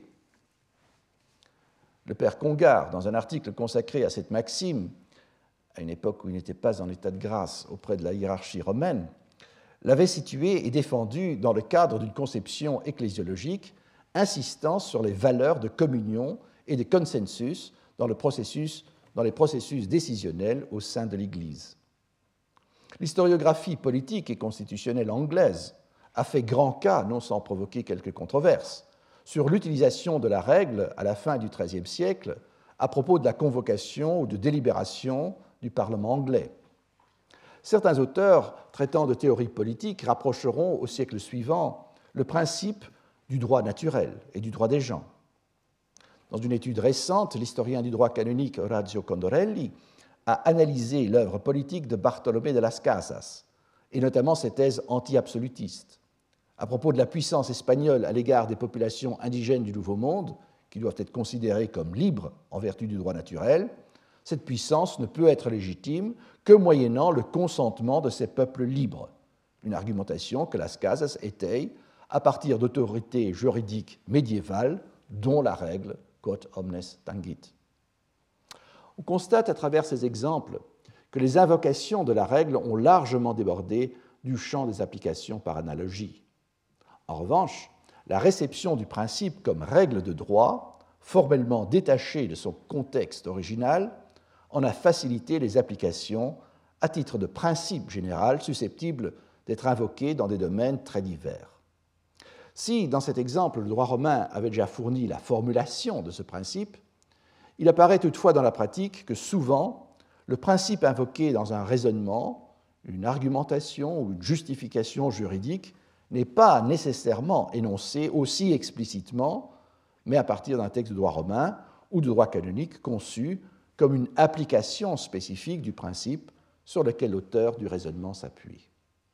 Le père Congar, dans un article consacré à cette maxime, à une époque où il n'était pas en état de grâce auprès de la hiérarchie romaine, l'avait situé et défendu dans le cadre d'une conception ecclésiologique insistant sur les valeurs de communion et de consensus dans les processus décisionnels au sein de l'Église. L'historiographie politique et constitutionnelle anglaise a fait grand cas, non sans provoquer quelques controverses, sur l'utilisation de la règle à la fin du XIIIe siècle à propos de la convocation ou de délibération du Parlement anglais. Certains auteurs traitant de théorie politique rapprocheront au siècle suivant le principe du droit naturel et du droit des gens. Dans une étude récente, l'historien du droit canonique Orazio Condorelli a analysé l'œuvre politique de Bartolomé de las Casas, et notamment ses thèses anti-absolutistes. À propos de la puissance espagnole à l'égard des populations indigènes du Nouveau Monde, qui doivent être considérées comme libres en vertu du droit naturel, cette puissance ne peut être légitime que moyennant le consentement de ces peuples libres, une argumentation que Las Casas étaye à partir d'autorités juridiques médiévales, dont la règle quod omnes tangit. On constate à travers ces exemples que les invocations de la règle ont largement débordé du champ des applications par analogie. En revanche, la réception du principe comme règle de droit, formellement détachée de son contexte original, en a facilité les applications à titre de principe général susceptible d'être invoqué dans des domaines très divers. Si, dans cet exemple, le droit romain avait déjà fourni la formulation de ce principe, il apparaît toutefois dans la pratique que souvent, le principe invoqué dans un raisonnement, une argumentation ou une justification juridique n'est pas nécessairement énoncé aussi explicitement, mais à partir d'un texte de droit romain ou de droit canonique conçu comme une application spécifique du principe sur lequel l'auteur du raisonnement s'appuie.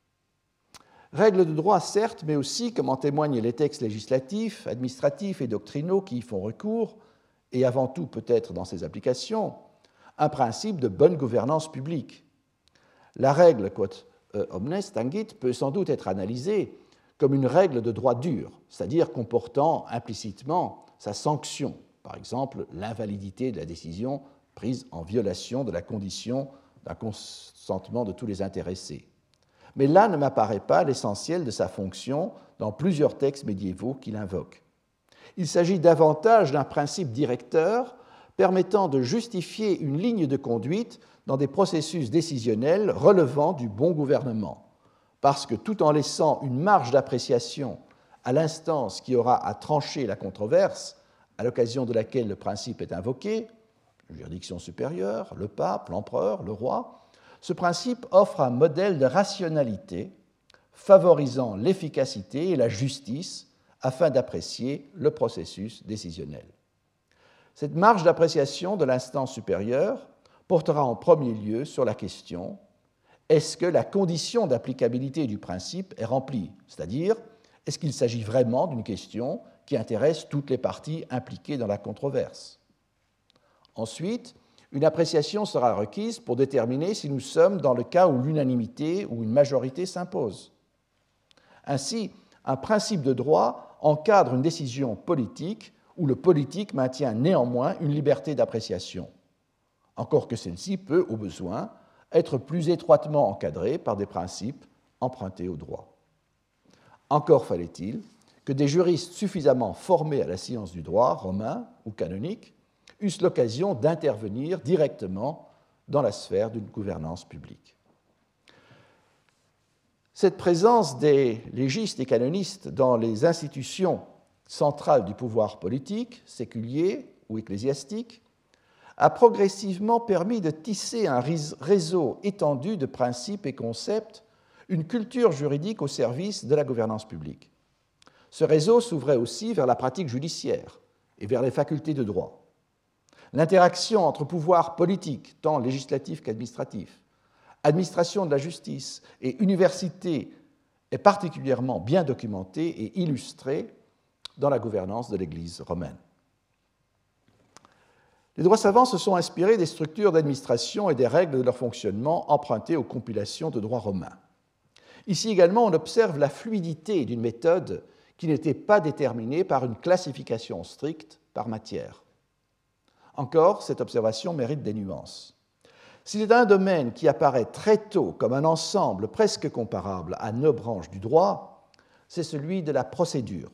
Règles de droit, certes, mais aussi, comme en témoignent les textes législatifs, administratifs et doctrinaux qui y font recours, et avant tout peut-être dans ces applications, un principe de bonne gouvernance publique. La règle quod omnes tangit peut sans doute être analysée comme une règle de droit dur, c'est-à-dire comportant implicitement sa sanction, par exemple l'invalidité de la décision prise en violation de la condition d'un consentement de tous les intéressés. Mais là ne m'apparaît pas l'essentiel de sa fonction dans plusieurs textes médiévaux qu'il invoque. Il s'agit davantage d'un principe directeur permettant de justifier une ligne de conduite dans des processus décisionnels relevant du bon gouvernement, parce que tout en laissant une marge d'appréciation à l'instance qui aura à trancher la controverse, à l'occasion de laquelle le principe est invoqué, la juridiction supérieure, le pape, l'empereur, le roi, ce principe offre un modèle de rationalité favorisant l'efficacité et la justice afin d'apprécier le processus décisionnel. Cette marge d'appréciation de l'instance supérieure portera en premier lieu sur la question: est-ce que la condition d'applicabilité du principe est remplie? C'est-à-dire, est-ce qu'il s'agit vraiment d'une question qui intéresse toutes les parties impliquées dans la controverse? Ensuite, une appréciation sera requise pour déterminer si nous sommes dans le cas où l'unanimité ou une majorité s'impose. Ainsi, un principe de droit encadre une décision politique où le politique maintient néanmoins une liberté d'appréciation, encore que celle-ci peut, au besoin, être plus étroitement encadrée par des principes empruntés au droit. Encore fallait-il que des juristes suffisamment formés à la science du droit romain ou canonique eussent l'occasion d'intervenir directement dans la sphère d'une gouvernance publique. Cette présence des légistes et canonistes dans les institutions centrales du pouvoir politique, séculier ou ecclésiastique, a progressivement permis de tisser un réseau étendu de principes et concepts, une culture juridique au service de la gouvernance publique. Ce réseau s'ouvrait aussi vers la pratique judiciaire et vers les facultés de droit. L'interaction entre pouvoirs politiques, tant législatifs qu'administratifs, administration de la justice et université est particulièrement bien documentée et illustrée dans la gouvernance de l'Église romaine. Les droits savants se sont inspirés des structures d'administration et des règles de leur fonctionnement empruntées aux compilations de droit romain. Ici également, on observe la fluidité d'une méthode qui n'était pas déterminée par une classification stricte par matière. Encore, cette observation mérite des nuances. S'il est un domaine qui apparaît très tôt comme un ensemble presque comparable à nos branches du droit, c'est celui de la procédure.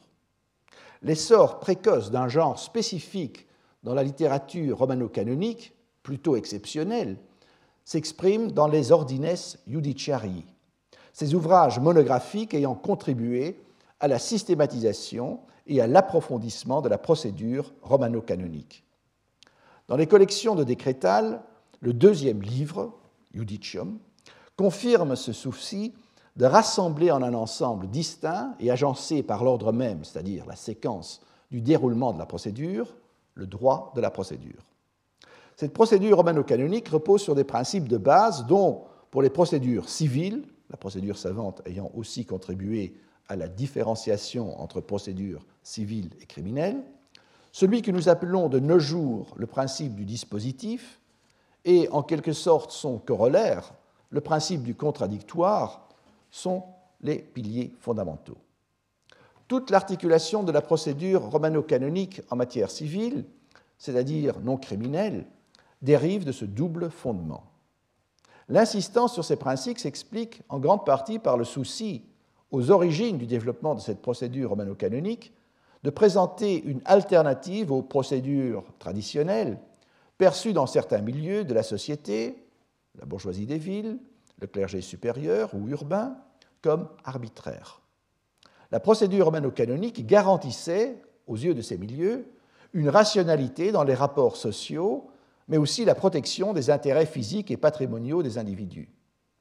L'essor précoce d'un genre spécifique dans la littérature romano-canonique, plutôt exceptionnelle, s'exprime dans les Ordines Judiciarii, ces ouvrages monographiques ayant contribué à la systématisation et à l'approfondissement de la procédure romano-canonique. Dans les collections de Décrétales, le deuxième livre, Judicium, confirme ce souci de rassembler en un ensemble distinct et agencé par l'ordre même, c'est-à-dire la séquence du déroulement de la procédure, le droit de la procédure. Cette procédure romano-canonique repose sur des principes de base dont, pour les procédures civiles, la procédure savante ayant aussi contribué à la différenciation entre procédures civiles et criminelles, celui que nous appelons de nos jours le principe du dispositif et, en quelque sorte, son corollaire, le principe du contradictoire, sont les piliers fondamentaux. Toute l'articulation de la procédure romano-canonique en matière civile, c'est-à-dire non criminelle, dérive de ce double fondement. L'insistance sur ces principes s'explique en grande partie par le souci, aux origines du développement de cette procédure romano-canonique, de présenter une alternative aux procédures traditionnelles perçues dans certains milieux de la société, la bourgeoisie des villes, le clergé supérieur ou urbain, comme arbitraires. La procédure romano-canonique garantissait, aux yeux de ces milieux, une rationalité dans les rapports sociaux, mais aussi la protection des intérêts physiques et patrimoniaux des individus.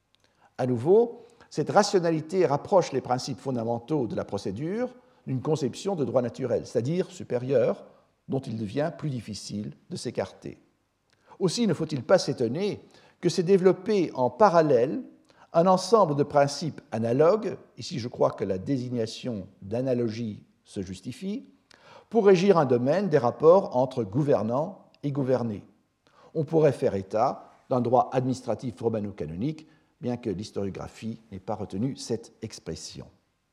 À nouveau, cette rationalité rapproche les principes fondamentaux de la procédure d'une conception de droit naturel, c'est-à-dire supérieur, dont il devient plus difficile de s'écarter. Aussi ne faut-il pas s'étonner que s'est développé en parallèle un ensemble de principes analogues, ici je crois que la désignation d'analogie se justifie, pour régir un domaine des rapports entre gouvernants et gouvernés. On pourrait faire état d'un droit administratif romano-canonique, bien que l'historiographie n'ait pas retenu cette expression.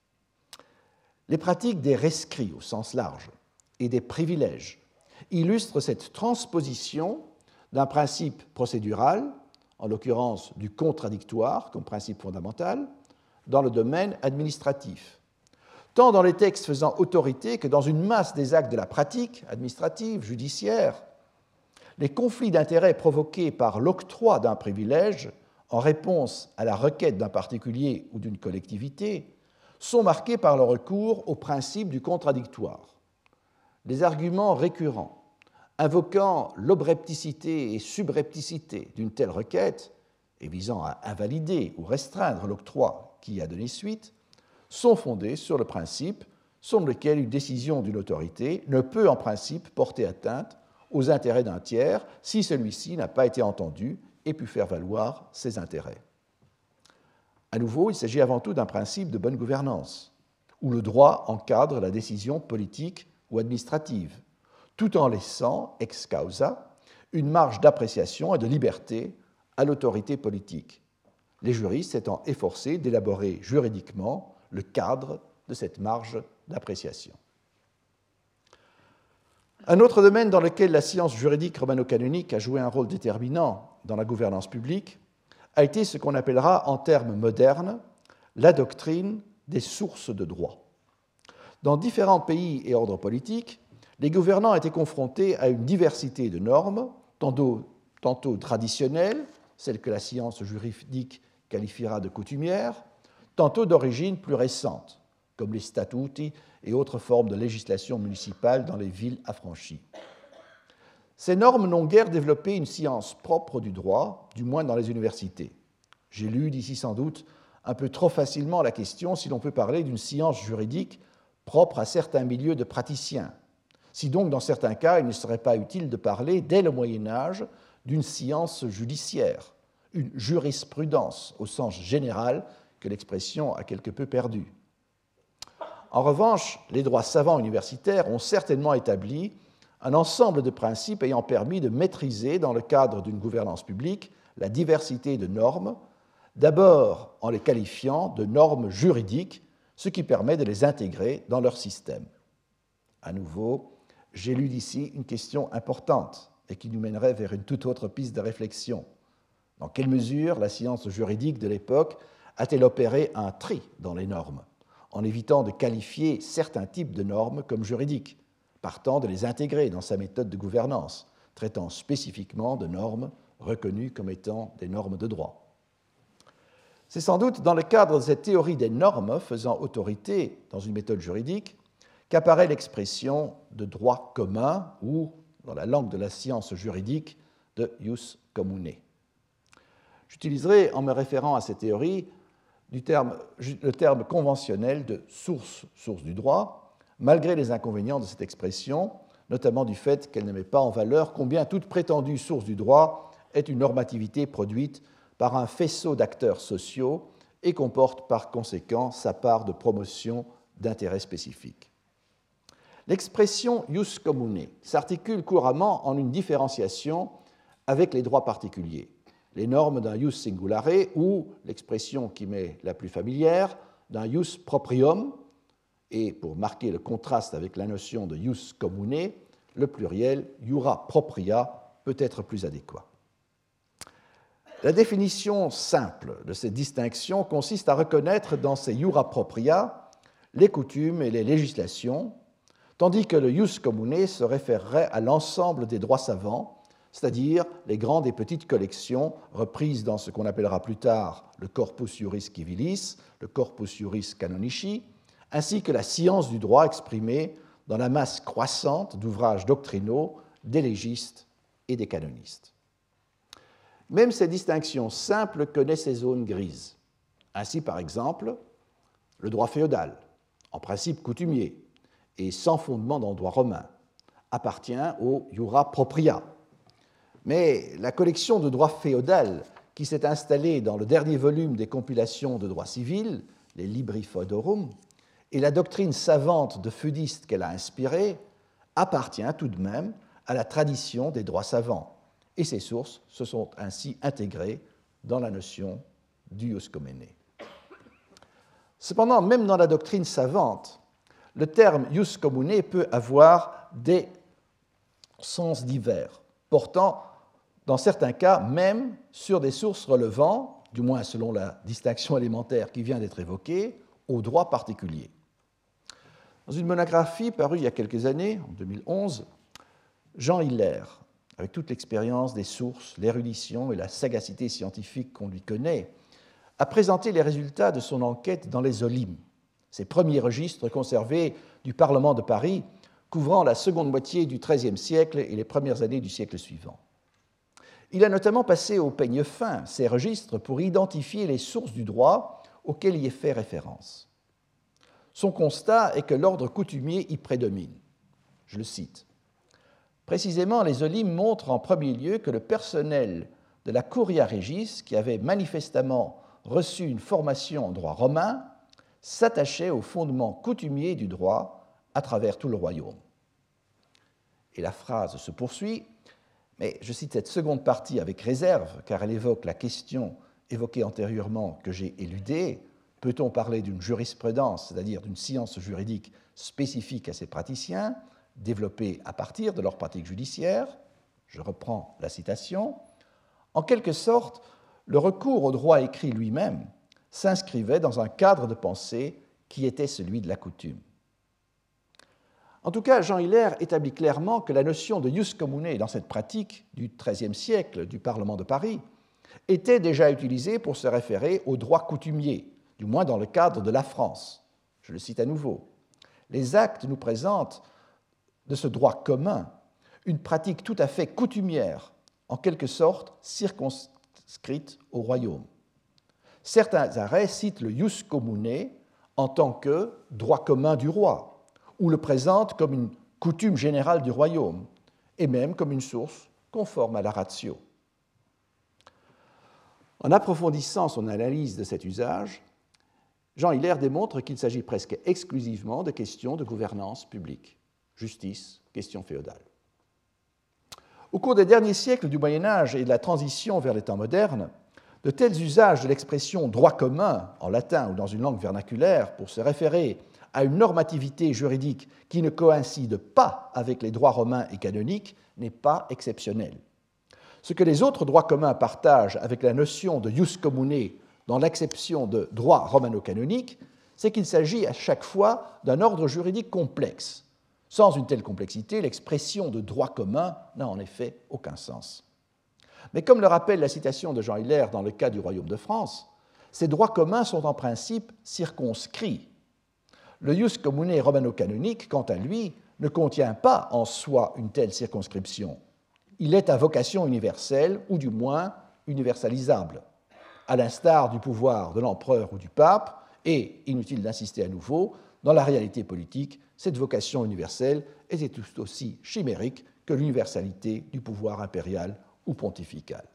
Les pratiques des rescrits au sens large et des privilèges illustrent cette transposition d'un principe procédural, en l'occurrence du contradictoire comme principe fondamental, dans le domaine administratif, tant dans les textes faisant autorité que dans une masse des actes de la pratique administrative, judiciaire. Les conflits d'intérêts provoqués par l'octroi d'un privilège en réponse à la requête d'un particulier ou d'une collectivité sont marqués par le recours au principe du contradictoire. Les arguments récurrents invoquant l'obrepticité et subrepticité d'une telle requête et visant à invalider ou restreindre l'octroi qui y a donné suite sont fondés sur le principe selon lequel une décision d'une autorité ne peut en principe porter atteinte aux intérêts d'un tiers si celui-ci n'a pas été entendu et pu faire valoir ses intérêts. À nouveau, il s'agit avant tout d'un principe de bonne gouvernance, où le droit encadre la décision politique ou administrative, tout en laissant, ex causa, une marge d'appréciation et de liberté à l'autorité politique, les juristes étant efforcés d'élaborer juridiquement le cadre de cette marge d'appréciation. Un autre domaine dans lequel la science juridique romano-canonique a joué un rôle déterminant dans la gouvernance publique a été ce qu'on appellera en termes modernes la doctrine des sources de droit. Dans différents pays et ordres politiques, les gouvernants étaient confrontés à une diversité de normes, tantôt traditionnelles, celles que la science juridique qualifiera de coutumières, tantôt d'origine plus récente, comme les statuti et autres formes de législation municipale dans les villes affranchies. Ces normes n'ont guère développé une science propre du droit, du moins dans les universités. J'élude ici sans doute un peu trop facilement la question si l'on peut parler d'une science juridique propre à certains milieux de praticiens, si donc dans certains cas il ne serait pas utile de parler dès le Moyen Âge d'une science judiciaire, une jurisprudence au sens général que l'expression a quelque peu perdu. En revanche, les droits savants universitaires ont certainement établi un ensemble de principes ayant permis de maîtriser, dans le cadre d'une gouvernance publique, la diversité de normes, d'abord en les qualifiant de normes juridiques, ce qui permet de les intégrer dans leur système. À nouveau, j'élude ici une question importante et qui nous mènerait vers une toute autre piste de réflexion. Dans quelle mesure la science juridique de l'époque a-t-elle opéré un tri dans les normes, en évitant de qualifier certains types de normes comme juridiques, partant de les intégrer dans sa méthode de gouvernance, traitant spécifiquement de normes reconnues comme étant des normes de droit. C'est sans doute dans le cadre de cette théorie des normes faisant autorité dans une méthode juridique qu'apparaît l'expression de droit commun ou, dans la langue de la science juridique, de ius commune. J'utiliserai, en me référant à cette théorie, le terme conventionnel de source du droit, malgré les inconvénients de cette expression, notamment du fait qu'elle ne met pas en valeur combien toute prétendue source du droit est une normativité produite par un faisceau d'acteurs sociaux et comporte par conséquent sa part de promotion d'intérêts spécifiques. L'expression ius commune s'articule couramment en une différenciation avec les droits particuliers, les normes d'un ius singulare ou, l'expression qui m'est la plus familière, d'un ius proprium, et pour marquer le contraste avec la notion de ius commune, le pluriel iura propria peut être plus adéquat. La définition simple de cette distinction consiste à reconnaître dans ces iura propria les coutumes et les législations, tandis que le ius commune se référerait à l'ensemble des droits savants, c'est-à-dire les grandes et petites collections reprises dans ce qu'on appellera plus tard le corpus juris civilis, le corpus juris canonici, ainsi que la science du droit exprimée dans la masse croissante d'ouvrages doctrinaux des légistes et des canonistes. Même ces distinctions simples connaissent ces zones grises. Ainsi, par exemple, le droit féodal, en principe coutumier et sans fondement dans le droit romain, appartient au iura propria. Mais la collection de droit féodal qui s'est installée dans le dernier volume des compilations de droit civil, les Libri Feodorum, et la doctrine savante de feudistes qu'elle a inspirée, appartient tout de même à la tradition des droits savants, et ces sources se sont ainsi intégrées dans la notion du ius commune. Cependant, même dans la doctrine savante, le terme ius commune peut avoir des sens divers, portant dans certains cas même sur des sources relevant, du moins selon la distinction élémentaire qui vient d'être évoquée, au droit particulier. Dans une monographie parue il y a quelques années, en 2011, Jean Hiller, avec toute l'expérience des sources, l'érudition et la sagacité scientifique qu'on lui connaît, a présenté les résultats de son enquête dans les Olim, ces premiers registres conservés du Parlement de Paris, couvrant la seconde moitié du XIIIe siècle et les premières années du siècle suivant. Il a notamment passé au peigne fin ces registres pour identifier les sources du droit auxquelles y est fait référence. Son constat est que l'ordre coutumier y prédomine. Je le cite. Précisément, les Olim montrent en premier lieu que le personnel de la Curia Regis, qui avait manifestement reçu une formation en droit romain, s'attachait aux fondements coutumiers du droit à travers tout le royaume. Et la phrase se poursuit, mais je cite cette seconde partie avec réserve, car elle évoque la question évoquée antérieurement que j'ai éludée. Peut-on parler d'une jurisprudence, c'est-à-dire d'une science juridique spécifique à ces praticiens, développée à partir de leur pratique judiciaire? Je reprends la citation. En quelque sorte, le recours au droit écrit lui-même s'inscrivait dans un cadre de pensée qui était celui de la coutume. En tout cas, Jean Hiller établit clairement que la notion de ius commune dans cette pratique du XIIIe siècle du Parlement de Paris était déjà utilisée pour se référer au droit coutumier, du moins dans le cadre de la France. Je le cite à nouveau. Les actes nous présentent de ce droit commun une pratique tout à fait coutumière, en quelque sorte circonscrite au royaume. Certains arrêts citent le ius commune en tant que droit commun du roi, ou le présentent comme une coutume générale du royaume, et même comme une source conforme à la ratio. En approfondissant son analyse de cet usage, Jean Hiller démontre qu'il s'agit presque exclusivement de questions de gouvernance publique, justice, question féodale. Au cours des derniers siècles du Moyen Âge et de la transition vers les temps modernes, de tels usages de l'expression droit commun en latin ou dans une langue vernaculaire pour se référer à une normativité juridique qui ne coïncide pas avec les droits romains et canoniques n'est pas exceptionnel. Ce que les autres droits communs partagent avec la notion de ius commune dans l'acception de droit romano-canonique, c'est qu'il s'agit à chaque fois d'un ordre juridique complexe. Sans une telle complexité, l'expression de droit commun n'a en effet aucun sens. Mais comme le rappelle la citation de Jean Hiller dans le cas du Royaume de France, ces droits communs sont en principe circonscrits. Le ius commune romano-canonique, quant à lui, ne contient pas en soi une telle circonscription. Il est à vocation universelle, ou du moins universalisable, à l'instar du pouvoir de l'empereur ou du pape, et, inutile d'insister à nouveau, dans la réalité politique, cette vocation universelle était tout aussi chimérique que l'universalité du pouvoir impérial ou pontifical.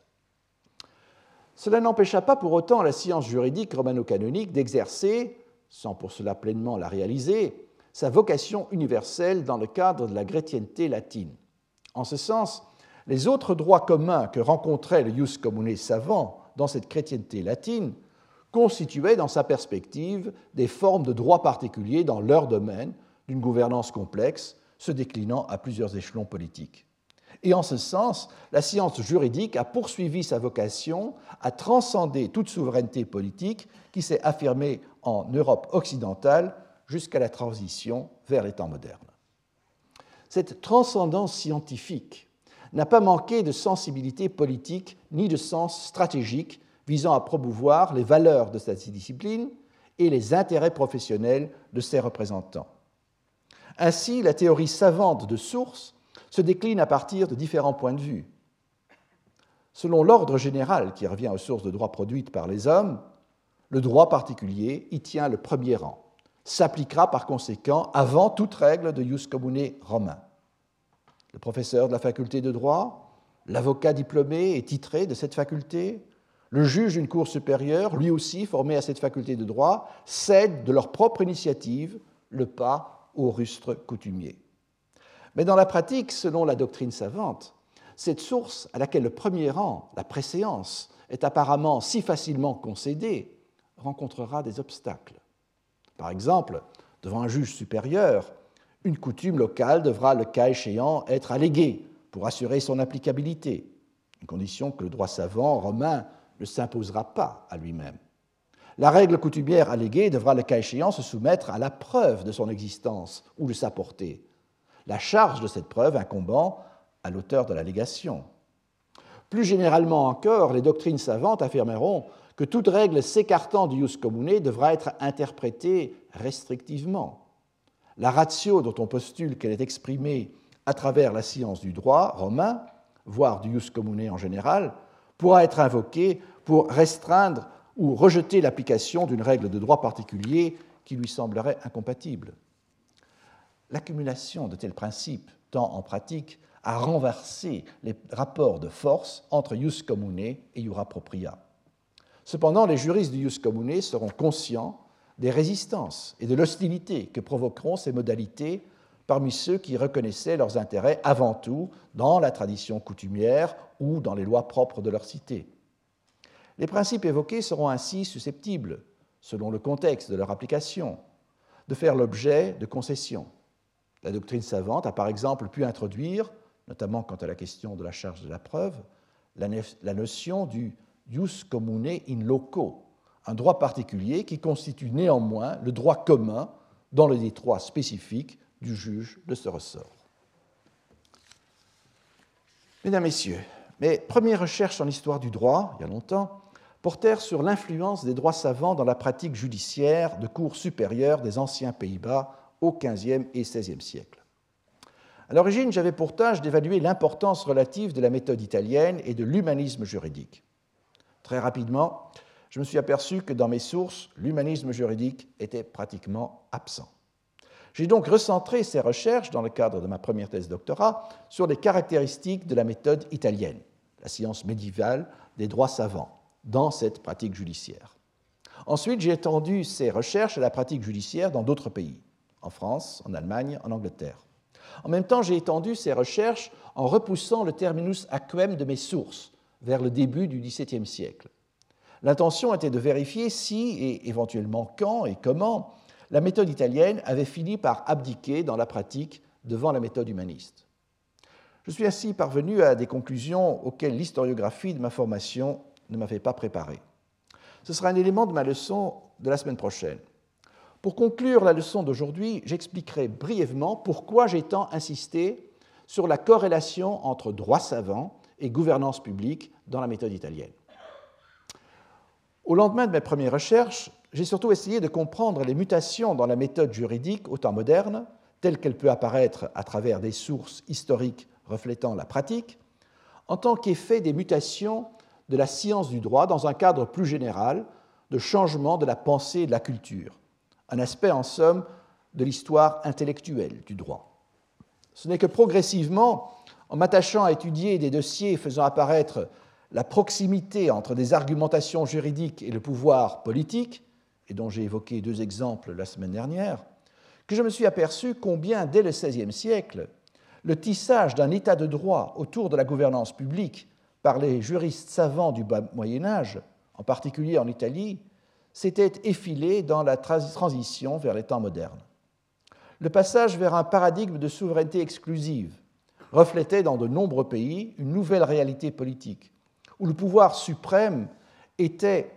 Cela n'empêcha pas pour autant la science juridique romano-canonique d'exercer, sans pour cela pleinement la réaliser, sa vocation universelle dans le cadre de la chrétienté latine. En ce sens, les autres droits communs que rencontrait le ius commune savant dans cette chrétienté latine constituaient dans sa perspective des formes de droits particuliers dans leur domaine d'une gouvernance complexe se déclinant à plusieurs échelons politiques. Et en ce sens, la science juridique a poursuivi sa vocation à transcender toute souveraineté politique qui s'est affirmée en Europe occidentale jusqu'à la transition vers les temps modernes. Cette transcendance scientifique n'a pas manqué de sensibilité politique ni de sens stratégique visant à promouvoir les valeurs de cette discipline et les intérêts professionnels de ses représentants. Ainsi, la théorie savante de source se décline à partir de différents points de vue. Selon l'ordre général qui revient aux sources de droit produites par les hommes, le droit particulier y tient le premier rang, s'appliquera par conséquent avant toute règle de ius commune romain. Le professeur de la faculté de droit, l'avocat diplômé et titré de cette faculté, le juge d'une cour supérieure, lui aussi formé à cette faculté de droit, cèdent de leur propre initiative le pas au rustre coutumier. Mais dans la pratique, selon la doctrine savante, cette source à laquelle le premier rang, la préséance, est apparemment si facilement concédée, rencontrera des obstacles. Par exemple, devant un juge supérieur, une coutume locale devra, le cas échéant, être alléguée pour assurer son applicabilité, une condition que le droit savant romain ne s'imposera pas à lui-même. La règle coutumière alléguée devra, le cas échéant, se soumettre à la preuve de son existence ou de sa portée, la charge de cette preuve incombant à l'auteur de l'allégation. Plus généralement encore, les doctrines savantes affirmeront que toute règle s'écartant du ius commune devra être interprétée restrictivement. La ratio dont on postule qu'elle est exprimée à travers la science du droit romain, voire du ius commune en général, pourra être invoquée pour restreindre ou rejeter l'application d'une règle de droit particulier qui lui semblerait incompatible. L'accumulation de tels principes tend en pratique à renverser les rapports de force entre ius commune et iura propria. Cependant, les juristes du ius commune seront conscients des résistances et de l'hostilité que provoqueront ces modalités parmi ceux qui reconnaissaient leurs intérêts avant tout dans la tradition coutumière ou dans les lois propres de leur cité. Les principes évoqués seront ainsi susceptibles, selon le contexte de leur application, de faire l'objet de concessions. La doctrine savante a par exemple pu introduire, notamment quant à la question de la charge de la preuve, la notion du ius commune in loco, un droit particulier qui constitue néanmoins le droit commun dans le détroit spécifique du juge de ce ressort. Mesdames, Messieurs, mes premières recherches en histoire du droit, il y a longtemps, portèrent sur l'influence des droits savants dans la pratique judiciaire de cours supérieures des anciens Pays-Bas au XVe et XVIe siècle. À l'origine, j'avais pour tâche d'évaluer l'importance relative de la méthode italienne et de l'humanisme juridique. Très rapidement, je me suis aperçu que dans mes sources, l'humanisme juridique était pratiquement absent. J'ai donc recentré ces recherches, dans le cadre de ma première thèse de doctorat, sur les caractéristiques de la méthode italienne, la science médiévale des droits savants, dans cette pratique judiciaire. Ensuite, j'ai étendu ces recherches à la pratique judiciaire dans d'autres pays, en France, en Allemagne, en Angleterre. En même temps, j'ai étendu ces recherches en repoussant le terminus aquem de mes sources vers le début du XVIIe siècle. L'intention était de vérifier si, et éventuellement quand et comment, la méthode italienne avait fini par abdiquer dans la pratique devant la méthode humaniste. Je suis ainsi parvenu à des conclusions auxquelles l'historiographie de ma formation ne m'avait pas préparé. Ce sera un élément de ma leçon de la semaine prochaine. Pour conclure la leçon d'aujourd'hui, j'expliquerai brièvement pourquoi j'ai tant insisté sur la corrélation entre droit savant et gouvernance publique dans la méthode italienne. Au lendemain de mes premières recherches, j'ai surtout essayé de comprendre les mutations dans la méthode juridique au temps moderne, telle qu'elle peut apparaître à travers des sources historiques reflétant la pratique, en tant qu'effet des mutations de la science du droit dans un cadre plus général de changement de la pensée et de la culture, un aspect en somme de l'histoire intellectuelle du droit. Ce n'est que progressivement, en m'attachant à étudier des dossiers faisant apparaître la proximité entre des argumentations juridiques et le pouvoir politique, et dont j'ai évoqué deux exemples la semaine dernière, que je me suis aperçu combien, dès le XVIe siècle, le tissage d'un état de droit autour de la gouvernance publique par les juristes savants du bas Moyen-Âge, en particulier en Italie, s'était effilé dans la transition vers les temps modernes. Le passage vers un paradigme de souveraineté exclusive reflétait dans de nombreux pays une nouvelle réalité politique, où le pouvoir suprême était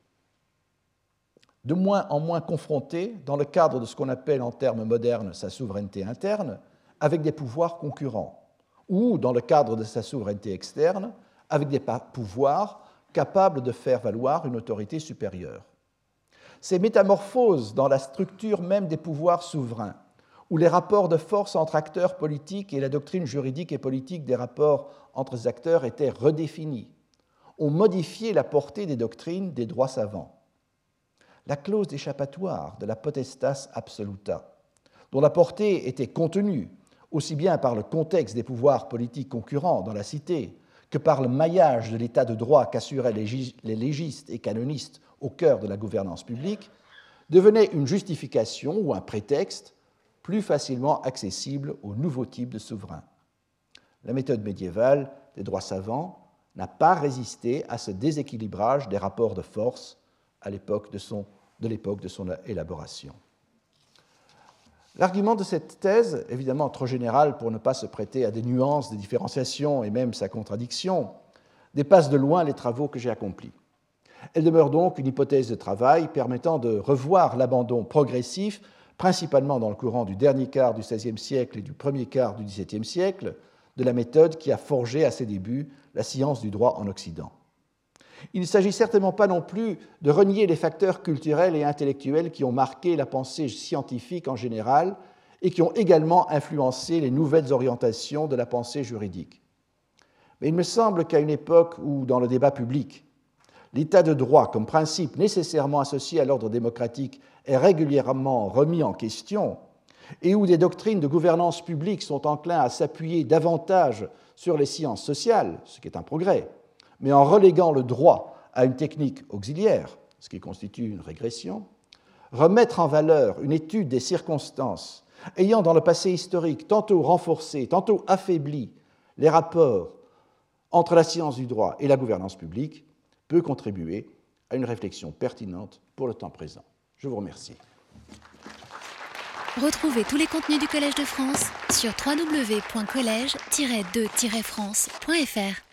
de moins en moins confronté, dans le cadre de ce qu'on appelle en termes modernes sa souveraineté interne, avec des pouvoirs concurrents, ou, dans le cadre de sa souveraineté externe, avec des pouvoirs capables de faire valoir une autorité supérieure. Ces métamorphoses dans la structure même des pouvoirs souverains, où les rapports de force entre acteurs politiques et la doctrine juridique et politique des rapports entre ces acteurs étaient redéfinis, ont modifié la portée des doctrines des droits savants. La clause d'échappatoire de la potestas absoluta, dont la portée était contenue aussi bien par le contexte des pouvoirs politiques concurrents dans la cité que par le maillage de l'état de droit qu'assuraient les légistes et canonistes au cœur de la gouvernance publique, devenait une justification ou un prétexte plus facilement accessible aux nouveaux types de souverains. La méthode médiévale des droits savants n'a pas résisté à ce déséquilibrage des rapports de force à l'époque de son élaboration. L'argument de cette thèse, évidemment trop général pour ne pas se prêter à des nuances, des différenciations et même sa contradiction, dépasse de loin les travaux que j'ai accomplis. Elle demeure donc une hypothèse de travail permettant de revoir l'abandon progressif, principalement dans le courant du dernier quart du XVIe siècle et du premier quart du XVIIe siècle, de la méthode qui a forgé à ses débuts la science du droit en Occident. Il ne s'agit certainement pas non plus de renier les facteurs culturels et intellectuels qui ont marqué la pensée scientifique en général et qui ont également influencé les nouvelles orientations de la pensée juridique. Mais il me semble qu'à une époque où, dans le débat public, l'état de droit comme principe nécessairement associé à l'ordre démocratique est régulièrement remis en question, et où des doctrines de gouvernance publique sont enclins à s'appuyer davantage sur les sciences sociales, ce qui est un progrès, mais en reléguant le droit à une technique auxiliaire, ce qui constitue une régression, remettre en valeur une étude des circonstances ayant dans le passé historique tantôt renforcé, tantôt affaibli les rapports entre la science du droit et la gouvernance publique peut contribuer à une réflexion pertinente pour le temps présent. Je vous remercie. Retrouvez tous les contenus du Collège de France sur www.collège-2-france.fr.